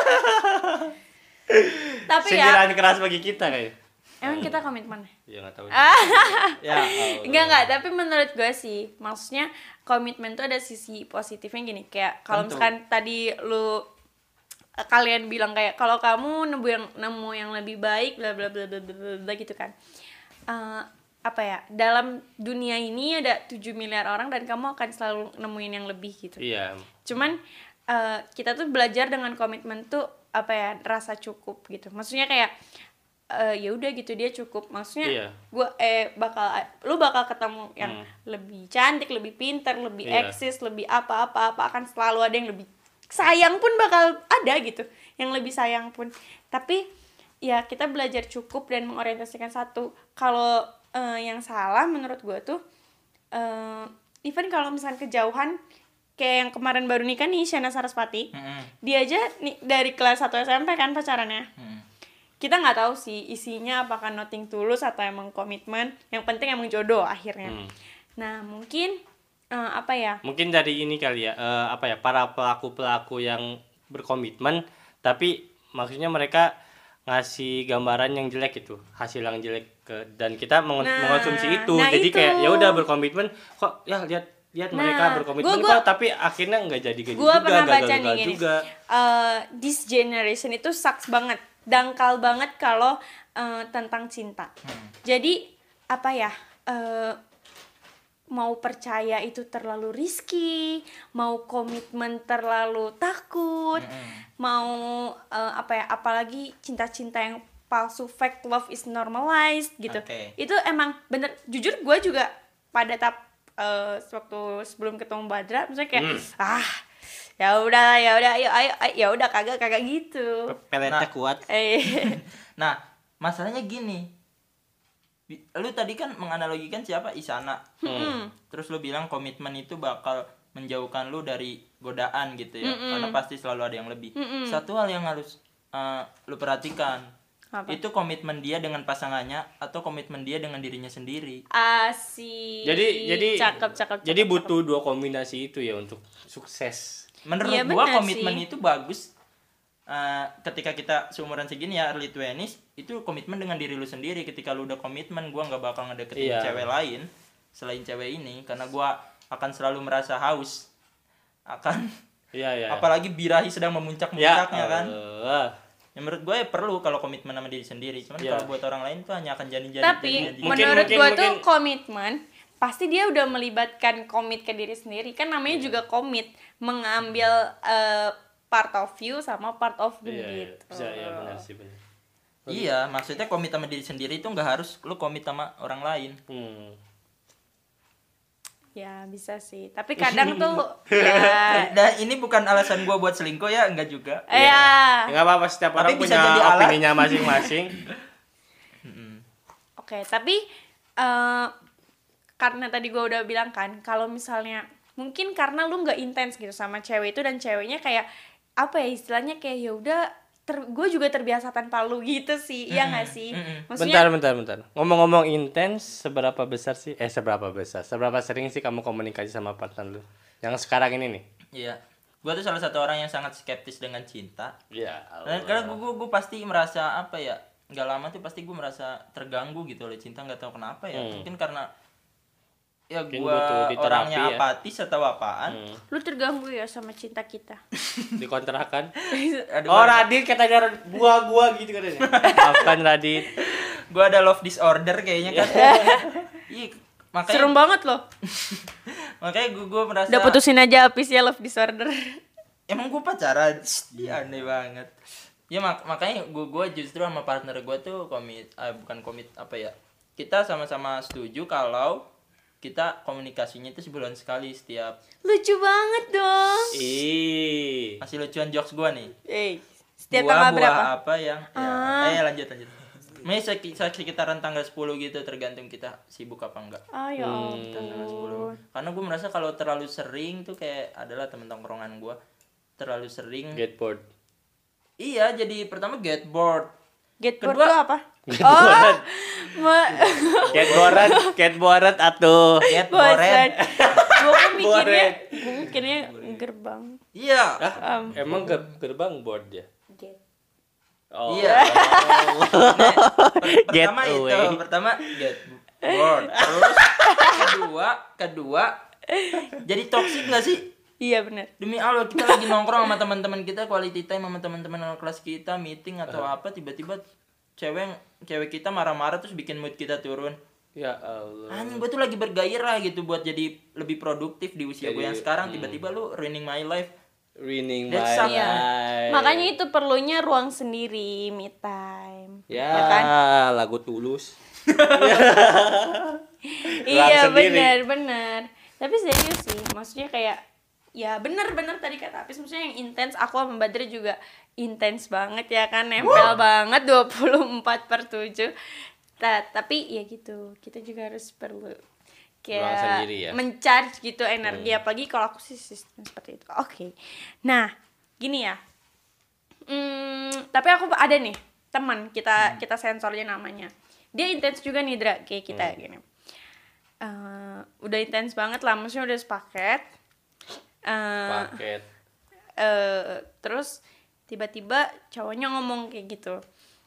Tapi ya, Sindiran keras bagi kita kayak. emang kita komitmen. Ya nggak tahu. Ya. Allah. Enggak enggak, tapi menurut gue sih, maksudnya komitmen tuh ada sisi positifnya gini, kayak kalau Tentu. misalkan tadi lu eh, kalian bilang kayak kalau kamu nemu yang nemu yang lebih baik bla bla bla bla bla bla, bla gitu kan. Eh, apa ya? Dalam dunia ini ada tujuh miliar orang dan kamu akan selalu nemuin yang lebih gitu. Iya. Cuman eh, kita tuh belajar dengan komitmen tuh apa ya, rasa cukup gitu. Maksudnya kayak eh, ya udah gitu dia cukup. Maksudnya Iya. gua eh bakal lu bakal ketemu yang Hmm. lebih cantik, lebih pintar, lebih Iya. eksis, lebih apa-apa apa akan selalu ada yang lebih sayang pun bakal ada gitu. Yang lebih sayang pun. Tapi ya kita belajar cukup dan mengorientasikan satu. Kalau eh, yang salah menurut gua tuh eh, even kalau misalnya kejauhan kayak yang kemarin baru nikah nih Shana Sarasvati. Mm-mm. Dia aja nih dari kelas satu S M P kan pacarannya. Mm. Kita nggak tahu sih isinya apakah nothing tulus atau emang komitmen. Yang penting emang jodoh akhirnya. Hmm. Nah mungkin eh, apa ya? Mungkin dari ini kali ya, eh, apa ya, para pelaku-pelaku yang berkomitmen tapi maksudnya mereka ngasih gambaran yang jelek itu, hasil yang jelek ke, dan kita meng- Nah, mengonsumsi itu. nah Jadi itu. kayak ya udah berkomitmen kok ya lihat lihat Nah, mereka berkomitmen gua- gua- kok tapi akhirnya nggak jadi gitu Gue juga, pernah baca nih gagal-gagal gini. juga. eh, this generation itu sucks banget, dangkal banget kalau eh, tentang cinta. Jadi apa ya? eh, mau percaya itu terlalu risky, mau komitmen terlalu takut, mau eh, apa ya? Apalagi cinta-cinta yang palsu, fake love is normalized gitu. Oke. Itu emang bener. Jujur gue juga pada tahap eh, waktu sebelum ketemu Badra, misalnya kayak ah ya udah ya udah ayo ayo ayo, ya udah kagak kagak gitu. Peletnya Nah. kuat. Eh Nah, masalahnya gini. Bi- Lu tadi kan menganalogikan siapa? Isana. Hmm. Terus lu bilang komitmen itu bakal menjauhkan lu dari godaan gitu ya. Karena pasti selalu ada yang lebih. Satu hal yang harus uh, lu perhatikan. Apa? Itu komitmen dia dengan pasangannya atau komitmen dia dengan dirinya sendiri. asik. Jadi jadi cakep cakep. jadi cakep, butuh dua kombinasi itu ya untuk sukses. Menurut Iya, gua benar komitmen sih. itu bagus. Uh, ketika kita seumuran segini ya early twenties itu komitmen dengan diri lu sendiri. Ketika lu udah komitmen, gua nggak bakal ngedeketin Iya. cewek lain selain cewek ini karena gua akan selalu merasa haus akan Iya ya. apalagi birahi sedang memuncak Ya muncaknya kan. Allah. Ya menurut gue ya perlu kalau komitmen sama diri sendiri. Cuman Iya. kalau buat orang lain tuh hanya akan jadi-jadi. Tapi jadi-jadi. Mungkin- menurut mungkin- gua tuh mungkin- komitmen pasti dia udah melibatkan komit ke diri sendiri, kan namanya Iya. juga komit, mengambil eh, part of you sama part of me Iya, iya. gitu. Bisa ya benar sih benar. Iya, maksudnya komit sama diri sendiri itu nggak harus lu komit sama orang lain. Hmm. Ya bisa sih, tapi kadang tuh ya Dan ini bukan alasan gua buat selingkuh ya, enggak juga. ya Ya nggak apa-apa, setiap Tapi orang bisa punya jadi alat. opininya masing-masing. oke, tapi eh, karena tadi gue udah bilang kan kalau misalnya mungkin karena lu nggak intens gitu sama cewek itu, dan ceweknya kayak apa ya istilahnya kayak ya udah ter- gue juga terbiasa tanpa lu gitu sih. Iya nggak sih? Bentar, bentar, bentar. Ngomong-ngomong intens, seberapa besar sih? Eh, seberapa besar? Seberapa sering sih kamu komunikasi sama partner lu? Yang sekarang ini nih? Iya. Gue tuh salah satu orang yang sangat skeptis dengan cinta. Ya Dan karena gue, gue, gue pasti merasa apa ya? Gak lama tuh pasti gue merasa terganggu gitu oleh cinta, nggak tahu kenapa ya. Hmm. Mungkin karena ya Mungkin gue butuh diterapi orangnya ya. apatis atau apaan. Hmm. Lu terganggu ya sama cinta kita. Dikontrakan. Aduh, Oh, Radit katanya gua-gua gitu katanya. Maafkan Radit. gue ada love disorder kayaknya kan. Iya, makanya Serem banget loh. makanya gue gue merasa Udah putusin aja habis ya love disorder. emang gue pacaran. Iya, aneh banget. Ya mak- makanya gue gue justru sama partner gue tuh komit, ah, bukan komit apa ya? Kita sama-sama setuju kalau kita komunikasinya itu sebulan sekali setiap. Lucu banget dong. Ih. Masih lucuan jokes gue nih. Eh, setiap Buah- tanggal buah berapa? apa yang ya, Ah. eh lanjut lanjut. Mungkin seki- sekitaran tanggal sepuluh gitu, tergantung kita sibuk apa enggak. Oh ya Tanggal sepuluh. ampun. Karena gue merasa kalau terlalu sering tuh kayak adalah temen tongkrongan gue terlalu sering. Get bored. Iya, jadi pertama get bored. Get bored Kedua- tuh apa? Get Oh, bored. ma- Get bored, get bored atuh. Get bosan. bored. Gue kan mikirnya, Bored. gue mikirnya gerbang. Iya. Ah, emang ger- gerbang board ya? Get. Oh. Iya. Nah, per- Get pertama itu, away. pertama get bored. Terus kedua, kedua jadi toxic gak sih? Iya benar. Demi Allah, kita lagi nongkrong sama teman-teman kita, quality time sama teman-teman kelas kita, meeting atau apa, tiba-tiba cewek cewek kita marah-marah terus bikin mood kita turun. Ya Allah. Anjing, gue tuh lagi bergairah gitu buat jadi lebih produktif di usia gue Jadi, yang sekarang, tiba-tiba lu ruining my life. Ruining my That's life. up. Makanya itu perlunya ruang sendiri, me time. Ya, Ya kan? lagu Tulus. Iya sendiri. benar benar. Tapi serius sih, maksudnya kayak ya benar-benar tadi kata Apis, maksudnya yang intens. Aku sama Badri juga intens banget ya kan, nempel banget dua puluh empat per tujuh. Ta- tapi ya gitu, kita juga harus perlu Ruang kayak sendiri ya. mencharge gitu energi, apalagi kalau aku sih sistem seperti itu. Oke, nah gini ya. Hmm, tapi aku ada nih teman kita kita sensornya namanya. Dia intens juga nih Dra, kayak kita gini. Eh, udah intens banget lah, maksudnya udah sepaket. Eh, Paket. eh, terus tiba-tiba cowoknya ngomong kayak gitu.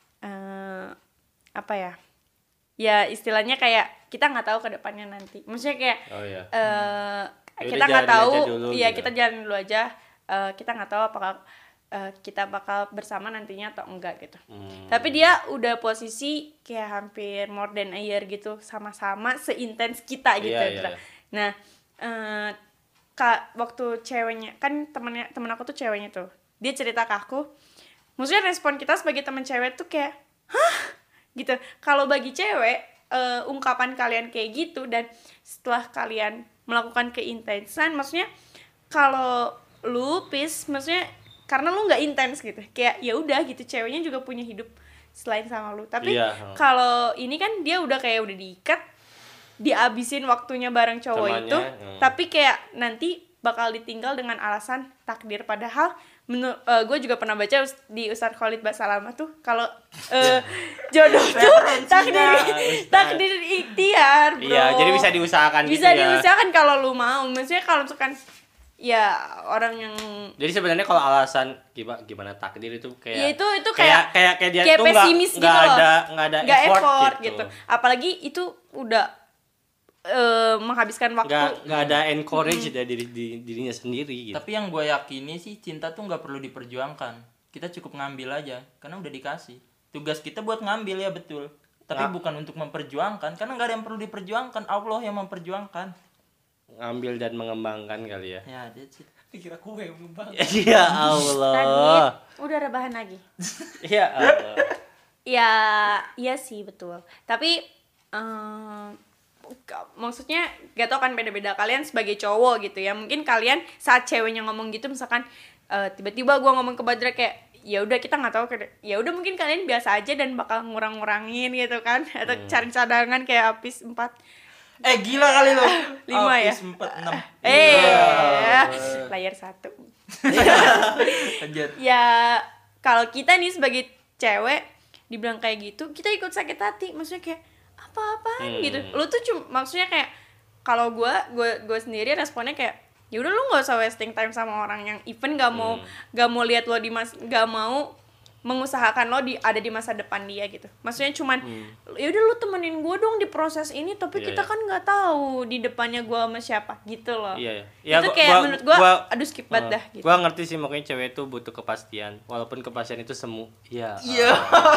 Eh, apa ya? Ya istilahnya kayak kita nggak tahu ke depannya nanti. Maksudnya kayak Oh iya. eh Ya kita udah, nggak jalanin tahu, aja dulu iya gitu. kita jalan dulu aja. Eh, kita nggak tahu apakah eh, kita bakal bersama nantinya atau enggak gitu. Hmm. Tapi dia udah posisi kayak hampir more than a year gitu, sama-sama seintens kita gitu. Iya, iya, Dra. iya. Nah, eh, kak waktu ceweknya kan temennya temen aku tuh ceweknya tuh, dia cerita ke aku, maksudnya respon kita sebagai teman cewek tuh kayak hah gitu. Kalau bagi cewek eh, ungkapan kalian kayak gitu dan setelah kalian melakukan keintensan, maksudnya kalau lu pis, maksudnya karena lu nggak intens gitu, kayak ya udah gitu, ceweknya juga punya hidup selain sama lu. Tapi Iya. kalau ini kan dia udah kayak udah diikat, dihabisin waktunya bareng cowok Temannya, itu, hmm. tapi kayak nanti bakal ditinggal dengan alasan takdir. Padahal menurut gue juga pernah baca us- di Ustadz Khalid Basalamah tuh kalau eh, jodoh tuh takdir Ustadz. takdir ikhtiar, bro. Iya, jadi bisa diusahakan bisa gitu ya. diusahakan kalau lu mau. Maksudnya kalau misalkan ya orang yang Jadi sebenarnya kalau alasan gimana gimana takdir itu kayak ya itu itu kayak kayak kayak kayak dia kayak tuh nggak pesimis gitu nggak loh. ada nggak ada Nggak effort, effort gitu. gitu. Apalagi itu udah eh, menghabiskan waktu. Nggak nggak ada encourage dari diri, diri- dirinya sendiri gitu. Tapi yang gue yakini sih cinta tuh nggak perlu diperjuangkan. Kita cukup ngambil aja karena udah dikasih. Tugas kita buat ngambil ya betul. Tapi Nah. bukan untuk memperjuangkan karena nggak ada yang perlu diperjuangkan. Allah yang memperjuangkan. Ngambil dan mengembangkan kali ya. Ya, that's it. Dikira kue yang ngembang. Ya Allah. Tadi udah rebahan lagi. Ya Allah. Ya, iya sih betul. Tapi em, ka- maksudnya gak tau kan beda-beda kalian sebagai cowok gitu ya. Mungkin kalian saat ceweknya ngomong gitu, misalkan eh, tiba-tiba gue ngomong ke Badra kayak ya udah kita nggak tahu ke- ya udah mungkin kalian biasa aja dan bakal ngurang-ngurangin gitu kan, atau cari cadangan kayak habis empat. Eh gila kali lo. Lima ya? empat enam. Eh, layar satu. Lanjut. Ya kalau kita nih sebagai cewek dibilang kayak gitu, kita ikut sakit hati. Maksudnya kayak apa-apaan Hmm. gitu. Lu tuh cuma maksudnya kayak kalau gue gue gue sendiri responnya kayak ya udah lu nggak usah wasting time sama orang yang even gak mau gak mau lihat lo di mas gak mau mengusahakan lo di ada di masa depan dia gitu. Maksudnya cuman ya udah lu temenin gue dong di proses ini, tapi Iya, kita iya. kan nggak tahu di depannya gue sama siapa gitu loh. Iya, iya. Itu gua- kayak gua- menurut gue gua- aduh skip banget eh, dah gitu. Gua ngerti sih, makanya cewek itu butuh kepastian. Walaupun kepastian itu semu. Iya. Iya.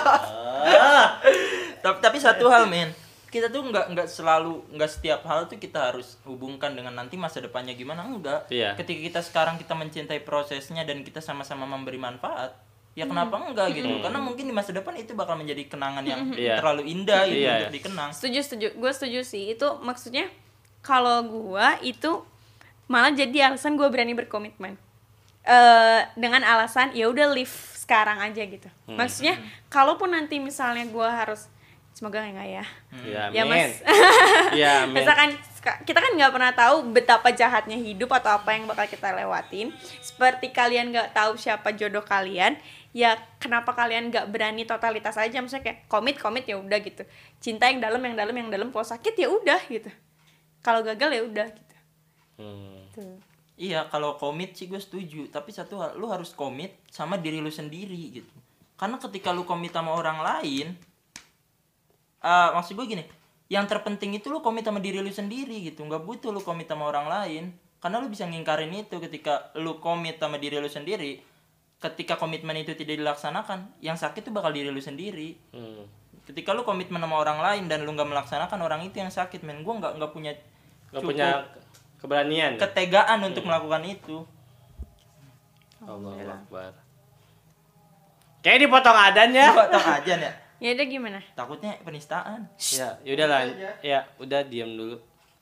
tapi tapi satu hal men, kita tuh nggak nggak selalu nggak setiap hal tuh kita harus hubungkan dengan nanti masa depannya gimana, enggak. Iya. Ketika kita sekarang kita mencintai prosesnya dan kita sama-sama memberi manfaat, ya kenapa enggak gitu? Karena mungkin di masa depan itu bakal menjadi kenangan yang Iya. terlalu indah gitu Iya, untuk iya. dikenang. Setuju, setuju. Gue setuju sih. Itu maksudnya kalau gue itu malah jadi alasan gue berani berkomitmen. Eh dengan alasan ya udah live sekarang aja gitu. Maksudnya kalaupun nanti misalnya gue harus, semoga enggak ya. Iya, Ya amin. mas. Iya, amin. Misalkan ska- kita kan nggak pernah tahu betapa jahatnya hidup atau apa yang bakal kita lewatin. Seperti kalian nggak tahu siapa jodoh kalian, ya kenapa kalian nggak berani totalitas aja? Misalnya kayak komit komit ya udah gitu. Cinta yang dalam yang dalam yang dalam. Kalau sakit ya udah gitu. Kalau gagal ya udah gitu. Hmm. Tuh. Iya, kalau komit sih gue setuju, tapi satu hal, lu harus komit sama diri lu sendiri gitu. Karena ketika lu komit sama orang lain, uh, maksud gue gini, yang terpenting itu lu komit sama diri lu sendiri gitu, nggak butuh lu komit sama orang lain. Karena lu bisa ngingkarin itu ketika lu komit sama diri lu sendiri. Ketika komitmen itu tidak dilaksanakan, yang sakit tuh bakal diri lu sendiri. Hmm. Ketika lu komitmen sama orang lain dan lu nggak melaksanakan, orang itu yang sakit, men. Gue nggak nggak punya Gak cukup punya keberanian. ketegaan untuk melakukan itu. Allahu Akbar. Kayak dipotong adan ya. Potong aja ya. Ya udah gimana? Takutnya penistaan. Ya, yaudah lah. Ya, udah diam dulu.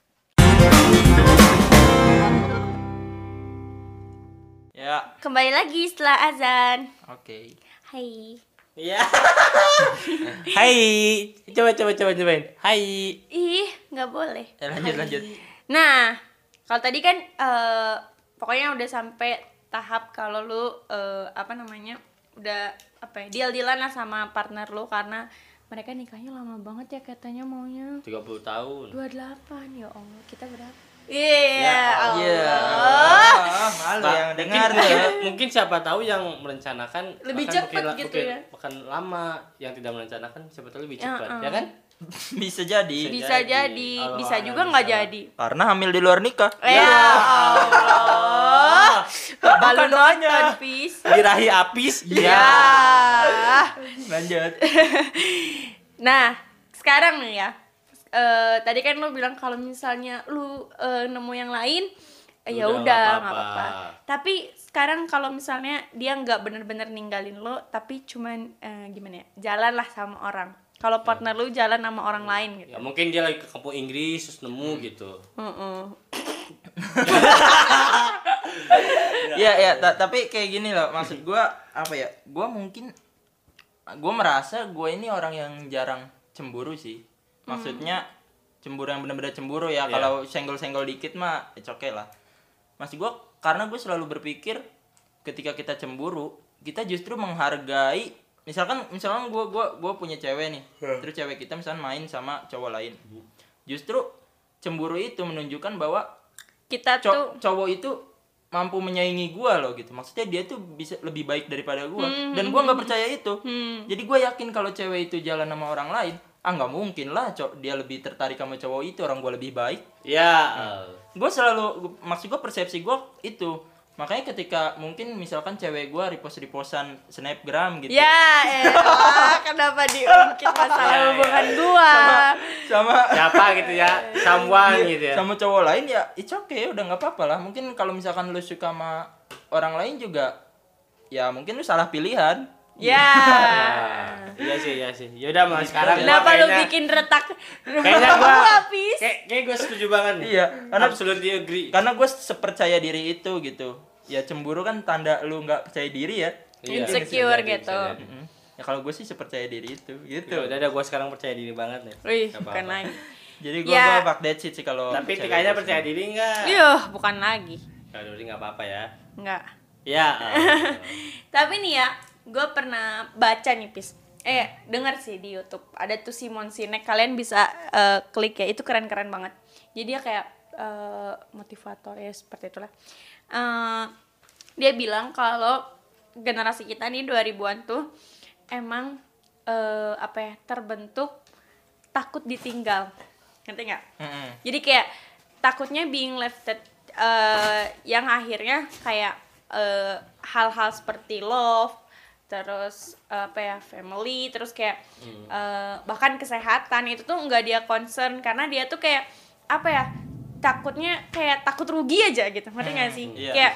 Ya, Kembali lagi setelah azan. oke. Hai. Iya. Hai. Coba coba coba cobain. Hai. Ih, nggak boleh. Ya, lanjut lanjut. Nah, kalau tadi kan eh, pokoknya udah sampai tahap kalau lu eh, apa namanya udah apa ya deal-dealan lah sama partner lu karena mereka nikahnya lama banget ya katanya maunya tiga puluh tahun. dua puluh delapan ya Allah, kita berapa? Iya, Allah. Iya. Ah, malu Pak, yang mungkin, dengar mungkin, ya. mungkin siapa tahu yang merencanakan Lebih bahkan cepet mungkin- gitu mungkin ya. Bukan lama, yang tidak merencanakan siapa tahu lebih Ya, cepat, uh. ya kan? Bisa jadi. Bisa jadi. jadi, Allah bisa alam juga nggak bisa. jadi. Karena hamil di luar nikah. Ya Allah. Balu doanya. nonton, Pis. Dirahi apis. Ya. Lanjut. Nah, sekarang nih ya. Eh, tadi kan lu bilang kalau misalnya lu eh, nemu yang lain, eh, ya Udah, udah nggak nggak apa-apa. apa-apa. Tapi sekarang kalau misalnya dia nggak bener-bener ninggalin lo, tapi cuman eh, gimana ya, jalan lah sama orang. Kalau partner lu jalan sama orang lain gitu. Ya mungkin dia lagi ke kampung Inggris terus nemu gitu. Heeh. Ya ya, ta- tapi kayak gini loh, maksud gua apa ya? Gua mungkin gua merasa gua ini orang yang jarang cemburu sih. Maksudnya cemburu yang benar-benar cemburu ya. Iya. Kalau senggol-senggol dikit mah it's okay lah. Maksud gua karena gue selalu berpikir ketika kita cemburu, kita justru menghargai, misalkan misalkan gua gua gua punya cewek nih. Terus cewek kita misalkan main sama cowok lain. Justru cemburu itu menunjukkan bahwa Kita Co- tuh cowok itu mampu menyaingi gua loh gitu. Maksudnya dia tuh bisa lebih baik daripada gua. Hmm, Dan gua nggak percaya itu. hmm. Jadi gua yakin kalau cewek itu jalan sama orang lain, ah nggak mungkin lah cowok dia lebih tertarik sama cowok itu, orang gua lebih baik. Ya. Gue selalu gu- maksud gua persepsi gua itu. Makanya ketika mungkin misalkan cewek gua repost-repostan snapgram gitu. ya elah, kenapa diungkit masalah Ya, ya. hubungan gua? Sama Siapa gitu ya? Someone gitu ya. sama cowok lain ya it's okay, udah nggak apa-apa lah. Mungkin kalau misalkan lu suka sama orang lain juga ya mungkin lu salah pilihan. Ya. Nah, iya sih, iya sih. Yaudah mas, sekarang gua Kenapa lu kayaknya- bikin retak Kayaknya rumah gua gua, Pis? Kayak kayak gue setuju banget nih. Iya, karena Absolutely agree. karena gue sepercaya diri itu gitu. Ya cemburu kan tanda lu nggak percaya diri ya. Iya, Insecure bisa jadi, gitu. bisa jadi. Mm-mm. Ya kalau gue sih sepercaya diri itu gitu. Ya udah, udah gue sekarang percaya diri banget nih. Wih, Nggak bukan apa-apa. lagi. Jadi gue Ya. gue fuck that shit sih kalau. Tapi cewek Tikanya ghosting. percaya diri enggak? Iya, bukan lagi. Kalau diri enggak apa-apa ya. Enggak. Ya. oh. Tapi nih ya, gue pernah baca nih Pis. Eh, denger sih di YouTube. Ada tuh Simon Sinek, kalian bisa eh, klik ya. Itu keren-keren banget. Jadi dia kayak eh, motivator ya seperti itulah. Eh, dia bilang kalau generasi kita nih dua ribuan tuh emang eh, apa ya, terbentuk takut ditinggal. Ngerti nggak? Mm-mm. Jadi kayak takutnya being lefted eh, yang akhirnya kayak eh, hal-hal seperti love, terus eh, apa ya, family, terus kayak eh, bahkan kesehatan itu tuh nggak dia concern karena dia tuh kayak apa ya, takutnya kayak takut rugi aja gitu, ngerti nggak sih? iya. Kayak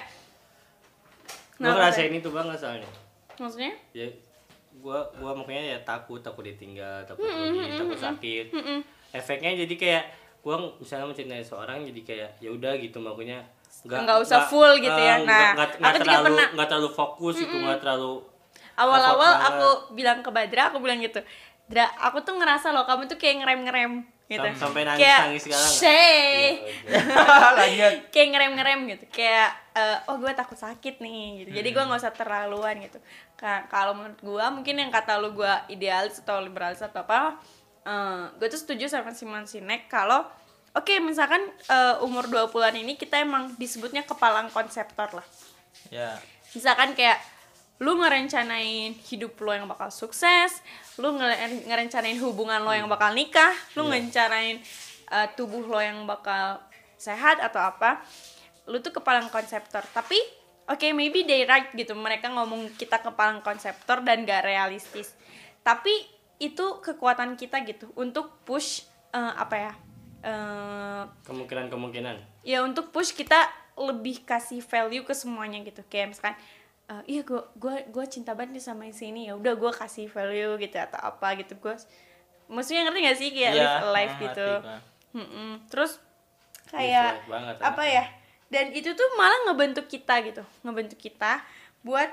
Gue Kenapa, ngerasain itu banget soalnya. maksudnya? Ya gua gua makanya ya takut takut ditinggal, takut rugi, takut sakit. Efeknya jadi kayak gua misalnya mencintai seorang jadi kayak ya udah gitu, makanya Nggak usah full gitu ya. eh, Nah, nggak- nggak aku juga terlalu pernah. nggak terlalu fokus itu, nggak terlalu Awal-awal effort aku bilang ke Badra, aku bilang gitu, Dra, aku tuh ngerasa loh kamu tuh kayak ngerem-ngerem gitu. Sam- sampai nangis- Kayak, nangis segala nggak? "Shay." Lanjut. Kayak ngerem-ngerem gitu, kayak eh, oh gue takut sakit nih gitu, jadi gue nggak usah terlaluan gitu. Ka- kalau menurut gue mungkin yang kata lu gue idealis atau liberalis atau apa, eh, gue tuh setuju sama Simon Sinek kalau oke misalkan eh, umur dua puluhan ini kita emang disebutnya kepalang konseptor lah. Ya. Misalkan kayak lu ngerencanain hidup lo yang bakal sukses, lu ngere- ngerencanain hubungan lo yang bakal nikah, lu ngerencanain uh, tubuh lo yang bakal sehat atau apa, lu tuh kepalang konseptor. Tapi oke okay, maybe they right gitu, mereka ngomong kita kepalang konseptor dan gak realistis. Tapi itu kekuatan kita gitu untuk push uh, apa ya, uh, kemungkinan-kemungkinan. ya untuk push kita lebih kasih value ke semuanya gitu. Kayak misalkan eh, iya gue gue gue cinta banget nih sama sini, ya udah gue kasih value gitu atau apa gitu. Gue maksudnya ngerti gak sih kayak Iya, live a life ngerti gitu. gua. Mm-mm. Terus kayak life banget apa anaknya. ya, dan itu tuh malah ngebentuk kita gitu, ngebentuk kita buat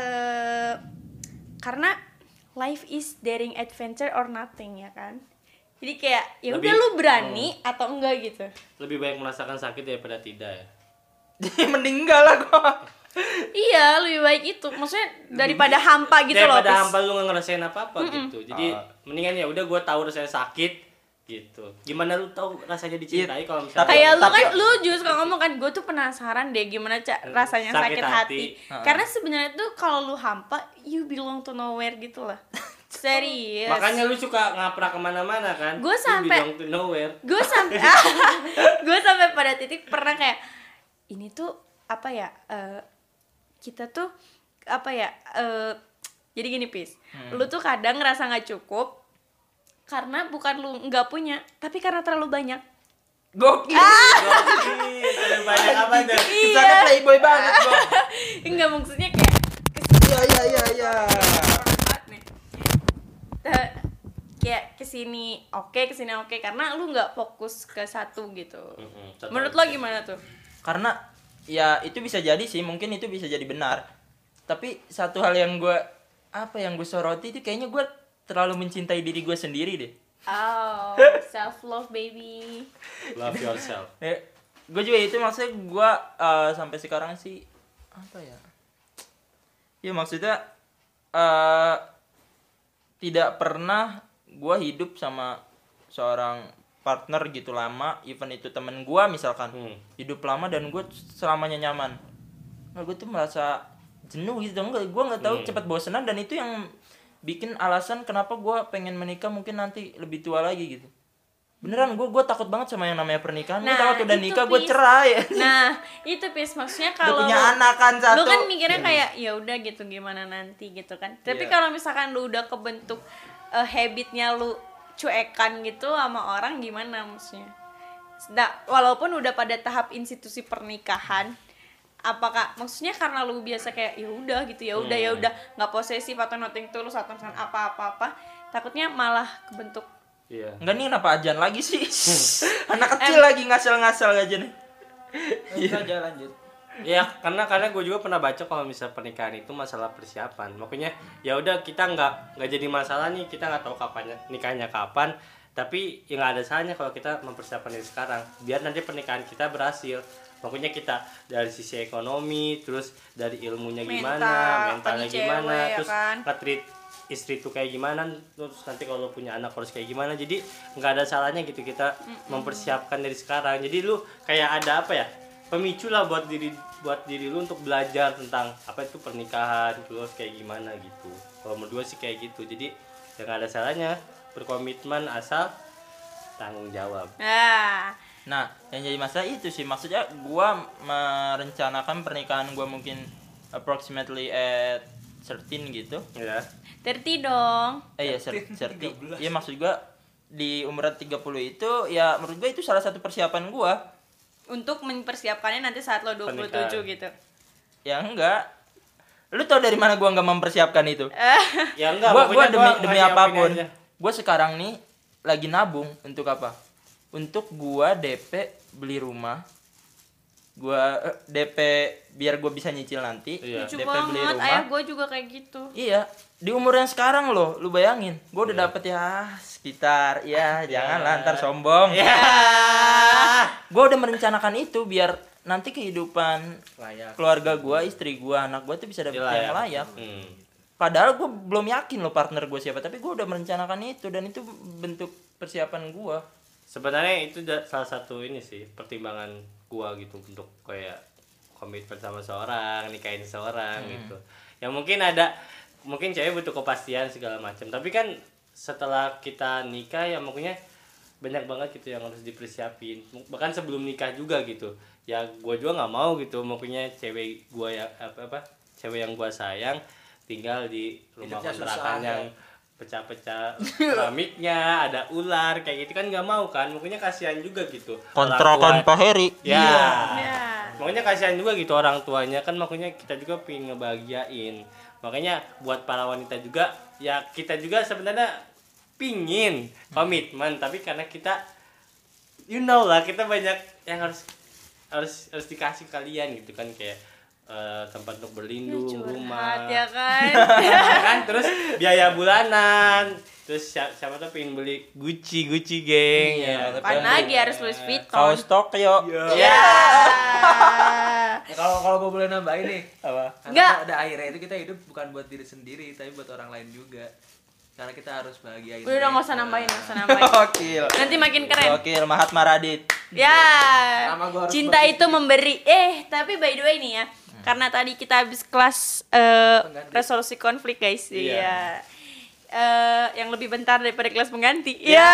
eh karena life is daring adventure or nothing ya kan. Jadi kayak ya udah Lebih- lu berani atau enggak gitu. Lebih baik merasakan sakit daripada tidak ya. Meninggal lah gua. Iya, lebih baik itu. Maksudnya daripada hampa gitu loh. Daripada Pis. hampa lu nggak ngerasain apa-apa gitu. Jadi Ah. mendingan ya udah gue tahu rasanya sakit gitu. Gimana lu tahu rasanya dicintai kalau misalnya Tapi- Kayak lu Tapi- kan, lu juga suka ngomong kan, gue tuh penasaran deh gimana ca- rasanya Sakit sakit, hati. hati. Ha-ha. Karena sebenarnya tuh kalau lu hampa, you belong to nowhere gitu lah. Serius. makanya lu suka ngaprak kemana-mana kan. Gua You sampai- belong to nowhere. gue sampai gue sampai pada titik pernah kayak ini tuh apa ya, eh, kita tuh apa ya, eh, jadi gini Pis, lu tuh kadang ngerasa nggak cukup karena bukan lu nggak punya, tapi karena terlalu banyak. Gokil. Gokil, terlalu banyak apa tuh? Kesannya playboy banget gua. Enggak, maksudnya kayak Iya iya iya iya. banget nih. Eh, kayak kesini oke, kesini oke karena lu nggak fokus ke satu gitu. Mm-mm, satu Menurut aja. lo gimana tuh? Karena ya itu bisa jadi sih, mungkin itu bisa jadi benar. Tapi satu hal yang gue apa yang gue soroti itu kayaknya gue terlalu mencintai diri gue sendiri deh. Oh, self love baby. Love yourself. Eh, gue juga itu maksudnya gue eh, sampai sekarang sih apa ya? Ya maksudnya eh tidak pernah gue hidup sama seorang partner gitu lama, even itu temen gue misalkan Hmm. hidup lama dan gue selamanya nyaman. Nah, gue tuh merasa jenuh gitu, enggak, gue nggak tahu Hmm. cepat bosenan dan itu yang bikin alasan kenapa gue pengen menikah mungkin nanti lebih tua lagi gitu. Beneran gue gue takut banget sama yang namanya pernikahan. Gue Nah, takut udah itu, nikah gue Pis. cerai. Nah, itu Pis, maksudnya Udah kalau punya lu- anak kan satu. lu kan mikirnya kayak ya udah gitu gimana nanti gitu kan. Tapi Iya. kalau misalkan lu udah kebentuk eh, habitnya lu cuekan gitu sama orang, gimana maksudnya? Nah, walaupun udah pada tahap institusi pernikahan, apakah maksudnya karena lu biasa kayak ya udah gitu, ya udah ya Hmm. udah nggak posesif atau nothing tulus atau misalkan apa-apa-apa, takutnya malah kebentuk. Iya. Enggak nih kenapa ajan lagi sih? Anak kecil lagi ngasal-ngasal aja nih. Iya aja lanjut. Ya karena karena gue juga pernah baca kalau misalnya pernikahan itu masalah persiapan. Makanya ya udah kita nggak nggak jadi masalah nih, kita nggak tahu kapan nikahnya kapan. Tapi yang nggak ada salahnya kalau kita mempersiapkan dari sekarang biar nanti pernikahan kita berhasil. Pokoknya kita dari sisi ekonomi, terus dari ilmunya gimana, Mental, mentalnya apalagi gimana, cewek, ya terus kan? nge-treat istri tuh kayak gimana, terus nanti kalau punya anak harus kayak gimana. Jadi nggak ada salahnya gitu kita Mm-mm. mempersiapkan dari sekarang. Jadi lu kayak ada apa ya, pemicu lah buat diri buat diri lu untuk belajar tentang apa itu pernikahan, terus kayak gimana gitu. Kalau menurut gue sih kayak gitu. Jadi ya nggak ada salahnya berkomitmen asal tanggung jawab. Nah, Nah, yang jadi masalah itu sih, maksudnya gua merencanakan pernikahan gua mungkin approximately at thirteen gitu. Ya. thirty dong. Eh ya, thirty. Iya, maksud gua di umuran tiga puluh itu ya menurut gua itu salah satu persiapan gua Untuk mempersiapkannya nanti saat lo dua puluh tujuh Pernikahan. gitu. ya enggak. Lu tau dari mana gua nggak mempersiapkan itu? Ya enggak, Gua gua pokoknya demi gua demi ngasih apapun. opini aja. Gua sekarang nih lagi nabung untuk apa? Untuk gua D P beli rumah. Gua eh, D P biar gua bisa nyicil nanti. Iya. Lucu D P beli banget, rumah. ayah gue juga kayak gitu. Iya, di umur yang sekarang loh, lu bayangin. Gua udah dapet ya sekitar ya janganlah ntar sombong. Ya. Gua udah merencanakan itu biar nanti kehidupan Layak. keluarga gua, istri gua, anak gua tuh bisa dapet yang layak. Hmm. Padahal gue belum yakin loh partner gue siapa, tapi gue udah merencanakan itu dan itu bentuk persiapan gue. Sebenarnya itu da- salah satu ini sih pertimbangan gua gitu untuk kayak komitmen sama seorang, nikahin seorang Hmm. gitu. Ya mungkin ada mungkin cewek butuh kepastian segala macam. Tapi kan setelah kita nikah ya mungkinnya banyak banget gitu yang harus dipersiapin. Bahkan sebelum nikah juga gitu. Ya gua juga nggak mau gitu mungkinnya cewek gua ya apa apa cewek yang gua sayang tinggal di rumah Hidupnya kontrakan susah, yang pecah-pecah keramiknya, ada ular kayak gitu kan nggak mau kan, mungkinnya kasihan juga gitu. Orang tua- Pak Heri. Ya. Ya. Makanya kasihan juga gitu orang tuanya kan, makanya kita juga pengen ngebahagiain. Makanya buat para wanita juga ya kita juga sebenarnya pingin komitmen, tapi karena kita you know lah kita banyak yang harus harus harus dikasih kalian gitu kan, kayak eh, tempat untuk berlindung, Curhat rumah, ya kan. kan terus biaya bulanan, terus siapa, siapa tuh pengen beli Gucci Gucci geng Iya, ya. Apaan lagi harus Louis Vuitton. Kaos Tokyo. Ya. Ya, kalau kalau gue boleh nambahin nih, Apa? karena Enggak. ada akhirnya itu kita hidup bukan buat diri sendiri tapi buat orang lain juga. Karena kita harus bahagiain. Udah udah nggak usah mereka. nambahin, nggak usah nambahin. Gokil. Nanti makin keren. Gokil, Mahatma Radit. Ya. Sama gua harus Cinta berbisnis. itu memberi. Eh, tapi by the way nih ya. Karena tadi kita habis kelas eh, Pengganti. resolusi konflik guys. Iya. Iya. Eh, yang lebih bentar daripada kelas pengganti. Iya.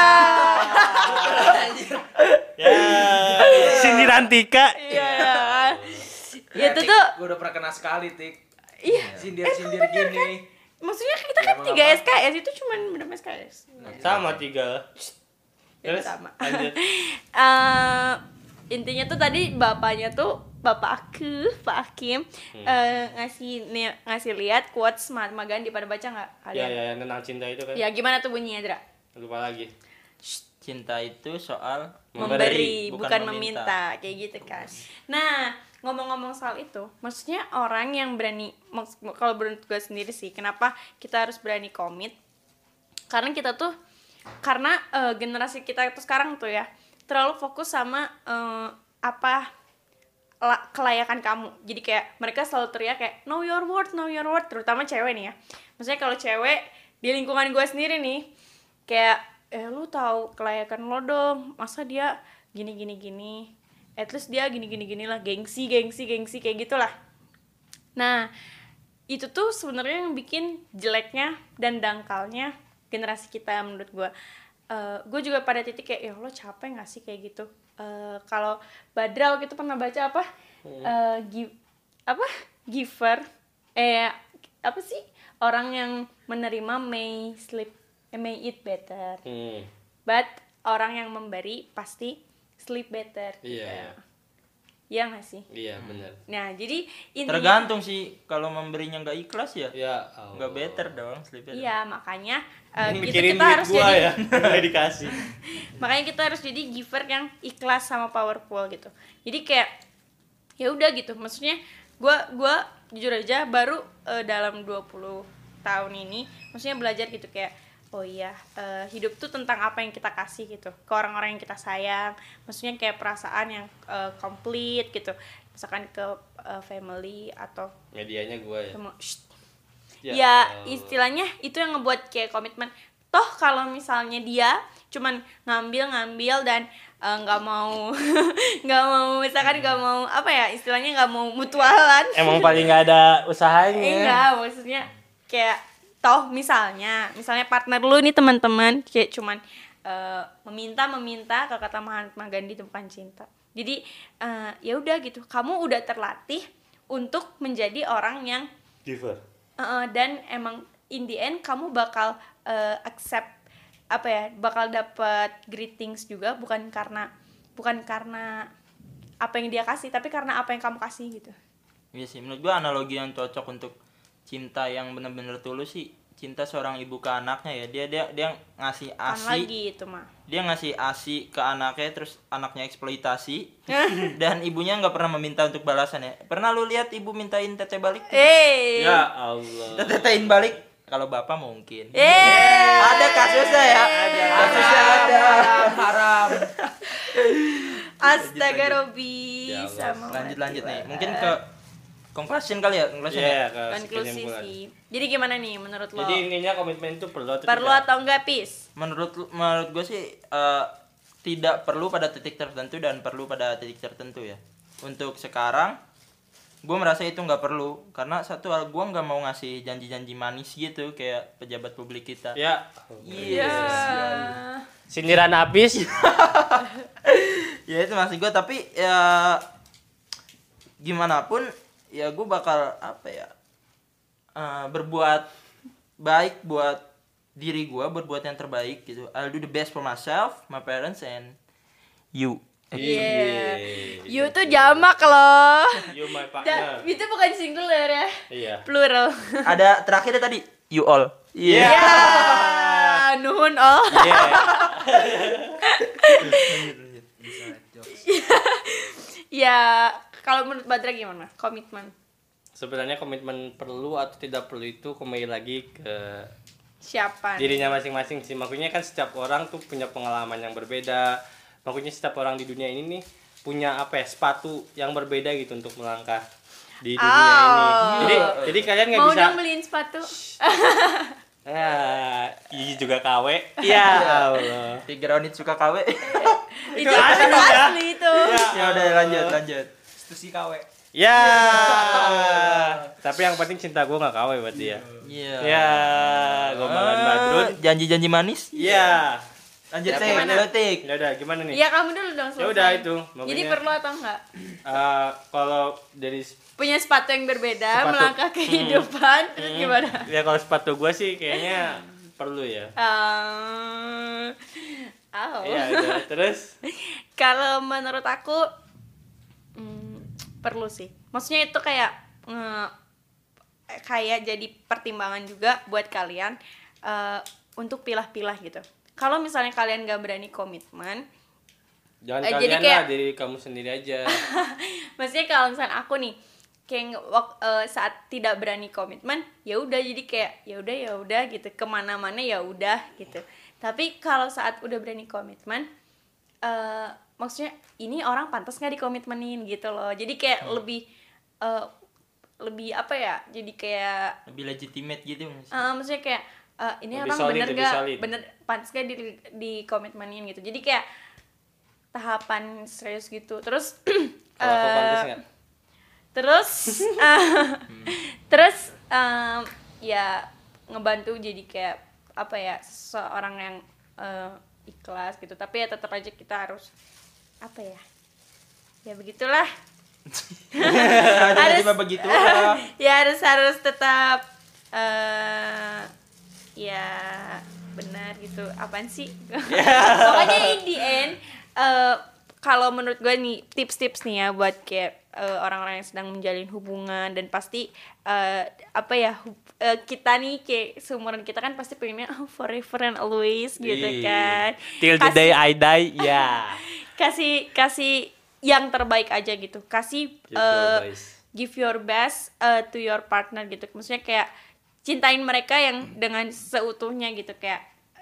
Ya. Sindiran Tika. Iya. Ya, Itu Tik, tuh gua udah pernah kena sekali, Tik. iya. Sindir-sindir gini. Maksudnya kita Ya, kan emang tiga apa? S K S itu cuman bener S K S. Sama tiga. Itu Terus sama. lanjut. Eh, intinya tuh tadi bapaknya tuh bapak aku Pak Hakim eh, ngasih nih- ngasih lihat quotes Mahatma Gandhi. Pada baca nggak Ya kalian? ya yang tentang cinta itu kan. Ya gimana tuh bunyinya Dra? Lupa lagi. Cinta itu soal Memberi, bukan bukan, meminta. meminta. Kayak gitu kan. Nah, ngomong-ngomong soal itu, maksudnya orang yang berani, maks- kalau menurut gue sendiri sih, kenapa kita harus berani komit? Karena kita tuh, karena eh, generasi kita itu sekarang tuh ya, terlalu fokus sama eh, apa la- kelayakan kamu. Jadi kayak mereka selalu teriak kayak know your worth, know your worth, terutama cewek nih ya. Maksudnya kalau cewek di lingkungan gue sendiri nih, kayak eh lu tahu kelayakan lo dong, masa dia gini gini gini, at least dia gini gini gini lah, gengsi gengsi gengsi kayak gitulah. Nah itu tuh sebenarnya yang bikin jeleknya dan dangkalnya generasi kita menurut gue. Eh, gue juga pada titik kayak ya lo capek nggak sih kayak gitu. Eh, kalau Badra waktu itu pernah baca apa Eh, gi- apa giver eh apa sih orang yang menerima may sleep eh, may eat better, Hmm. but orang yang memberi pasti sleep better. Iya. Iya nggak sih? Iya benar. Nah jadi intinya Tergantung sih, kalau memberinya nggak ikhlas ya Ya. nggak better dong sleepnya. iya makanya eh, Ini gitu mikirin kita duit harus gua jadi ya. Nggak dikasih. makanya kita harus jadi giver yang ikhlas sama powerful gitu. Jadi kayak ya udah gitu, maksudnya gue gua jujur aja baru eh, dalam dua puluh tahun ini maksudnya belajar gitu kayak oh iya, eh, hidup tuh tentang apa yang kita kasih gitu ke orang-orang yang kita sayang. Maksudnya kayak perasaan yang eh, complete gitu. Misalkan ke eh, family atau Medianya gue ya. Kemu- Shh. Ya Ya, Allah. istilahnya itu yang ngebuat kayak komitmen. Toh kalau misalnya dia cuman ngambil-ngambil dan eh, nggak mau nggak mau misalkan nggak mau apa ya istilahnya nggak mau mutualan. Emang paling nggak ada usahanya. Enggak, maksudnya kayak toh misalnya misalnya partner lu nih teman-teman kayak cuman eh, meminta meminta kalau kata Mahatma Gandhi itu bukan cinta. Jadi eh, ya udah gitu, kamu udah terlatih untuk menjadi orang yang Giver. Uh, dan emang in the end kamu bakal uh, accept apa ya bakal dapat greetings juga bukan karena bukan karena apa yang dia kasih tapi karena apa yang kamu kasih gitu. Iya sih, menurut gua analogi yang cocok untuk cinta yang benar-benar tulus sih cinta seorang ibu ke anaknya ya. Dia dia dia ngasih Kan ASI, lagi itu mah. dia ngasih ASI ke anaknya terus anaknya eksploitasi dan ibunya nggak pernah meminta untuk balasan ya. Pernah lu lihat ibu mintain tete balik? Eh. Ya Allah. Tetein balik kalau bapak mungkin. Eh. Ada kasusnya ya. Ada kasusnya ada. Haram, haram. Astaga Robi Ya Allah. sama Lanjut lanjut nih. Wati. Mungkin ke conclusion kali ya, conclusion Iya, ya. ke konklusi kesimpulan. sih. Jadi gimana nih menurut lo? Jadi intinya komitmen itu perlu atau Perlu tidak? atau enggak, Pis? Menurut menurut gue sih eh, tidak perlu pada titik tertentu dan perlu pada titik tertentu ya. Untuk sekarang gue merasa itu nggak perlu karena satu hal gue nggak mau ngasih janji-janji manis gitu kayak pejabat publik kita. Ya. Iya. Sindiran habis. Ya itu masih gue tapi ya gimana pun ya gue bakal apa ya eh, berbuat baik buat diri gue, berbuat yang terbaik gitu. I'll do the best for myself, my parents and you. Iya. You tuh jamak loh. You my Da- partner. itu bukan singular ya. Iya. Plural. Ada terakhirnya tadi you all. Iya. Ya, nuhun oh. Iya. Ya, kalau menurut Badra gimana? Komitmen. Sebenarnya komitmen perlu atau tidak perlu itu kembali lagi ke Siapa? dirinya masing-masing sih. Makanya kan setiap orang tuh punya pengalaman yang berbeda. Makanya setiap orang di dunia ini nih punya apa ya sepatu yang berbeda gitu untuk melangkah di dunia Oh. ini. Jadi jadi kalian nggak Mau bisa. dong beliin sepatu? Ya, ini juga K W. Ya Allah. Tiga round suka K W. Itu asli, asli itu. Ya udah lanjut lanjut. Institusi K W. Ya. Tapi yang penting cinta gue nggak K W berarti ya. Iya. Ya, gombalan Badrun. Eh, janji-janji manis. Iya. Lanjut Ya, Tik, gimana? lanjut, Tik. Ya udah gimana nih? Ya kamu dulu dong Ya selesai. udah itu. Jadi Makanya, perlu atau enggak? eh, kalau dari Punya sepatu yang berbeda, Sepatu. melangkah kehidupan, terus gimana? ya kalau sepatu gue sih kayaknya perlu ya. Um, oh. Iya, udah. Terus Kalau menurut aku hmm, perlu sih. Maksudnya itu kayak nge- kayak jadi pertimbangan juga buat kalian eh, untuk pilah-pilah gitu. Kalau misalnya kalian gak berani komitmen, jangan Eh, kalian jadi kayak- lah, diri kamu sendiri aja. maksudnya kalau misalnya aku nih kayak nge- wak- eh, saat tidak berani komitmen, ya udah jadi kayak ya udah ya udah gitu kemana-mana ya udah gitu. Tapi kalau saat udah berani komitmen, eh, maksudnya ini orang pantas nggak dikomitmenin gitu loh. Jadi kayak lebih eh, lebih apa ya? Jadi kayak Lebih legitimate gitu nggak sih? eh, maksudnya kayak eh, ini Lebih orang solid, bener lebih gak solid. bener pantas gak di di komitmenin gitu. Jadi kayak tahapan serius gitu. Terus Kalau aku eh, pantas nggak? terus eh, terus em, ya ngebantu jadi kayak apa ya seorang yang eh, ikhlas gitu. Tapi ya tetap aja kita harus apa ya? Ya begitulah. Ada tiba begitu lah. Ya harus harus tetap eh ya benar gitu apaan sih pokoknya in the end eh, kalau menurut gue nih tips-tips nih ya buat kayak eh, orang-orang yang sedang menjalin hubungan dan pasti eh, apa ya hub- eh, kita nih kayak seumuran kita kan pasti pengennya oh, forever and always gitu kan. Till the Kasih- day I die, ya. kasih kasih yang terbaik aja gitu kasih Give your eh, best. give your best eh, to your partner gitu maksudnya kayak cintain mereka yang dengan seutuhnya gitu kayak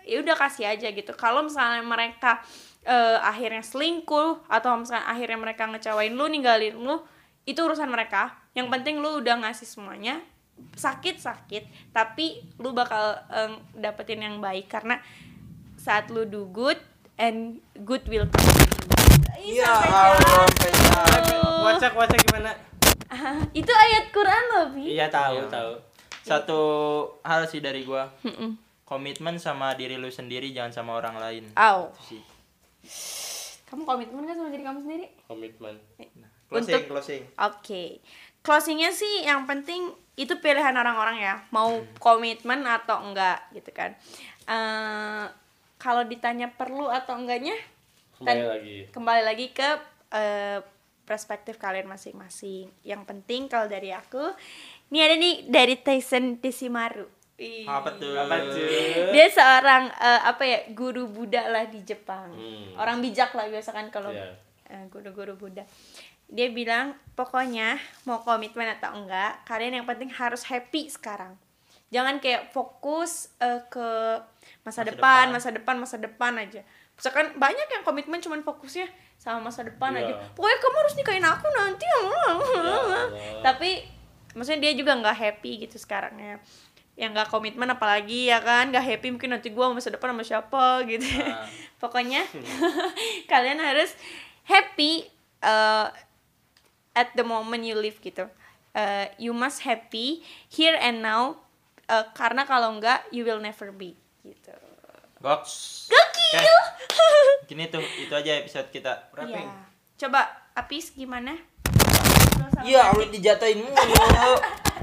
ya udah kasih aja gitu. Kalau misalnya mereka eh, akhirnya selingkuh atau misalnya akhirnya mereka ngecewain lu, ninggalin lu, itu urusan mereka. Yang penting lu udah ngasih semuanya, sakit-sakit tapi lu bakal eh, dapetin yang baik, karena saat lu do good and good will come to you. Ih, Ya sampai Allah, jatuh. Wacak wacak gimana? Ah, itu ayat Quran loh, Bi. Iya tahu Iya. tahu. Satu hal sih dari gua, Mm-mm. komitmen sama diri lu sendiri, jangan sama orang lain. Au. Itu sih. Kamu komitmen gak sama diri kamu sendiri? Komitmen. Closing, Untuk- closing. Oke. Closingnya sih yang penting itu pilihan orang-orang ya, mau komitmen atau enggak gitu kan. Eh kalau ditanya perlu atau enggaknya, Kembali Tan- lagi. kembali lagi ke eh, perspektif kalian masing-masing. Yang penting kalau dari aku, ini ada nih dari Tyson Desimaru. Ih. Apa tuh? Apa tuh? Dia seorang eh, apa ya, guru Buddha lah di Jepang. Hmm. Orang bijak lah biasa kan kalau Iya. eh, guru-guru Buddha. Dia bilang pokoknya mau komitmen atau enggak, kalian yang penting harus happy sekarang. Jangan kayak fokus eh, ke masa, Masa depan, depan. masa depan, masa depan aja. Misalkan banyak yang komitmen cuman fokusnya sama masa depan Iya. aja. Pokoknya kamu harus nikahin aku nanti. Allah. Tapi maksudnya dia juga nggak happy gitu sekarang ya. Yang nggak komitmen apalagi ya kan, nggak happy mungkin nanti gua masa depan sama siapa gitu. Ah. Pokoknya kalian harus happy uh, at the moment you live gitu. Uh, you must happy here and now, uh, karena kalau enggak you will never be gitu. Goks. Gokil. Gini tuh, itu aja episode kita. Wrapping. Iya. Coba Apis gimana? Iya, Allah dijatuhin mulu.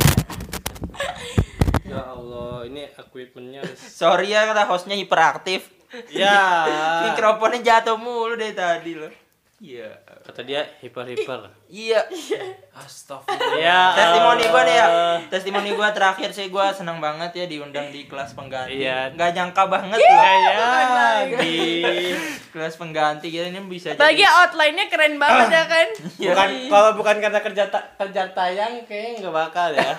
Ya Allah, ini equipmentnya harus. Sorry ya, kata hostnya hiperaktif. Ya. Mikrofonnya jatuh mulu dari tadi loh. Iya. Kata dia hiper hiper. Iya. Astagfirullah. Ya. Testimoni gua nih ya. Allah. Testimoni gua terakhir sih, gua senang banget ya diundang di kelas pengganti. Iya. Nggak nyangka banget loh. Ya, di Kelas pengganti kira ini bisa Bagi outline-nya keren banget ya kan? Iya. bukan kalau bukan karena kerja ta- kerja tayang kayaknya nggak bakal ya.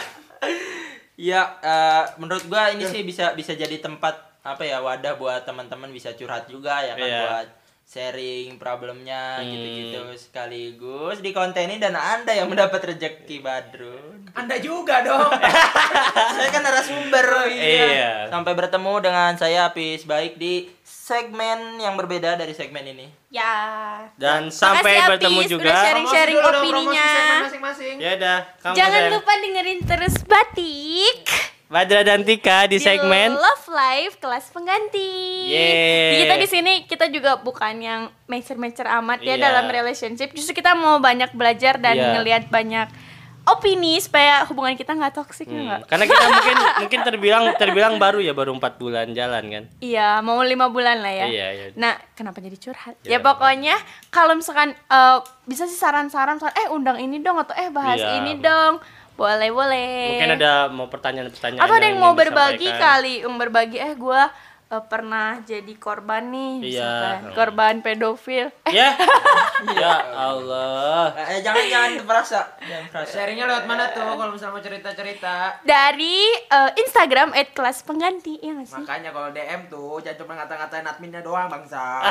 Iya, eh, menurut gua ini sih bisa bisa jadi tempat apa ya, wadah buat teman-teman bisa curhat juga ya kan, Iya. buat sharing problemnya Hmm. gitu-gitu, sekaligus dikontenin dan Anda yang mendapat rezeki Badrun. Anda juga dong. Saya kan narasumber. Iya. Sampai bertemu dengan saya Apis Baik di segmen yang berbeda dari segmen ini. Ya. Dan sampai Makasih, bertemu Apis, juga. udah sharing-sharing Promosi dulu dong, opininya. promosi segmen masing-masing. Ya udah, kamu Jangan sayang. lupa dengerin terus Batik Badra dan Tika di segmen Love Life kelas pengganti. Yeay. Di kita di sini kita juga bukan yang mature-mature amat ya Iya. dalam relationship. Justru kita mau banyak belajar dan Iya. ngelihat banyak opini supaya hubungan kita nggak toksik ya Hmm, nggak? karena kita mungkin mungkin terbilang terbilang baru ya, baru empat bulan jalan kan. Iya, mau lima bulan lah ya. Iya, iya. Nah, kenapa jadi curhat? Ya, Ya, pokoknya kalau misalkan eh, bisa sih saran-saran, misalkan, eh undang ini dong atau eh bahas Iya. ini dong. Boleh, boleh. Mungkin ada mau pertanyaan-pertanyaan Atau ada yang ingin mau berbagi disampaikan. kali, yang berbagi eh gue pernah jadi korban nih, Iya. misalkan. Korban pedofil. Eh, Ya. Ya Allah. Eh, jangan jangan perasa, jangan perasa. Sharingnya lewat mana tuh kalau misalnya mau cerita-cerita? dari eh, Instagram at kelas pengganti, ya nggak sih? Makanya kalau D M tuh jangan cuma ngata-ngatain adminnya doang bangsa.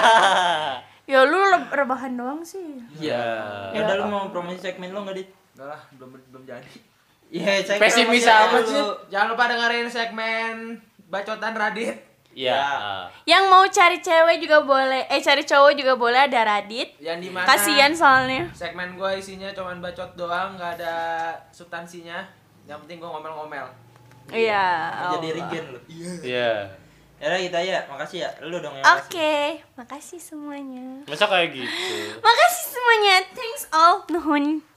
Ya lu le- rebahan doang sih. Iya. Ya udah, lu mau promosi segmen lu enggak, Dit? Enggak lah, belum belum jadi. Iya, saya Pesimis promosi amat dulu. sih. Jangan lupa dengerin segmen bacotan Radit Ya. Yang mau cari cewek juga boleh, eh cari cowok juga boleh, ada Radit. yang di mana Kasian soalnya. segmen gua isinya cuman bacot doang, nggak ada substansinya. Yang penting gua ngomel-ngomel. Iya. Jadi Allah. regen lu. Ya. Ya udah kita ya, makasih ya. Lu dong yang Oke, makasih semuanya. Masa kayak gitu. Makasih semuanya. Thanks all. Nuhun.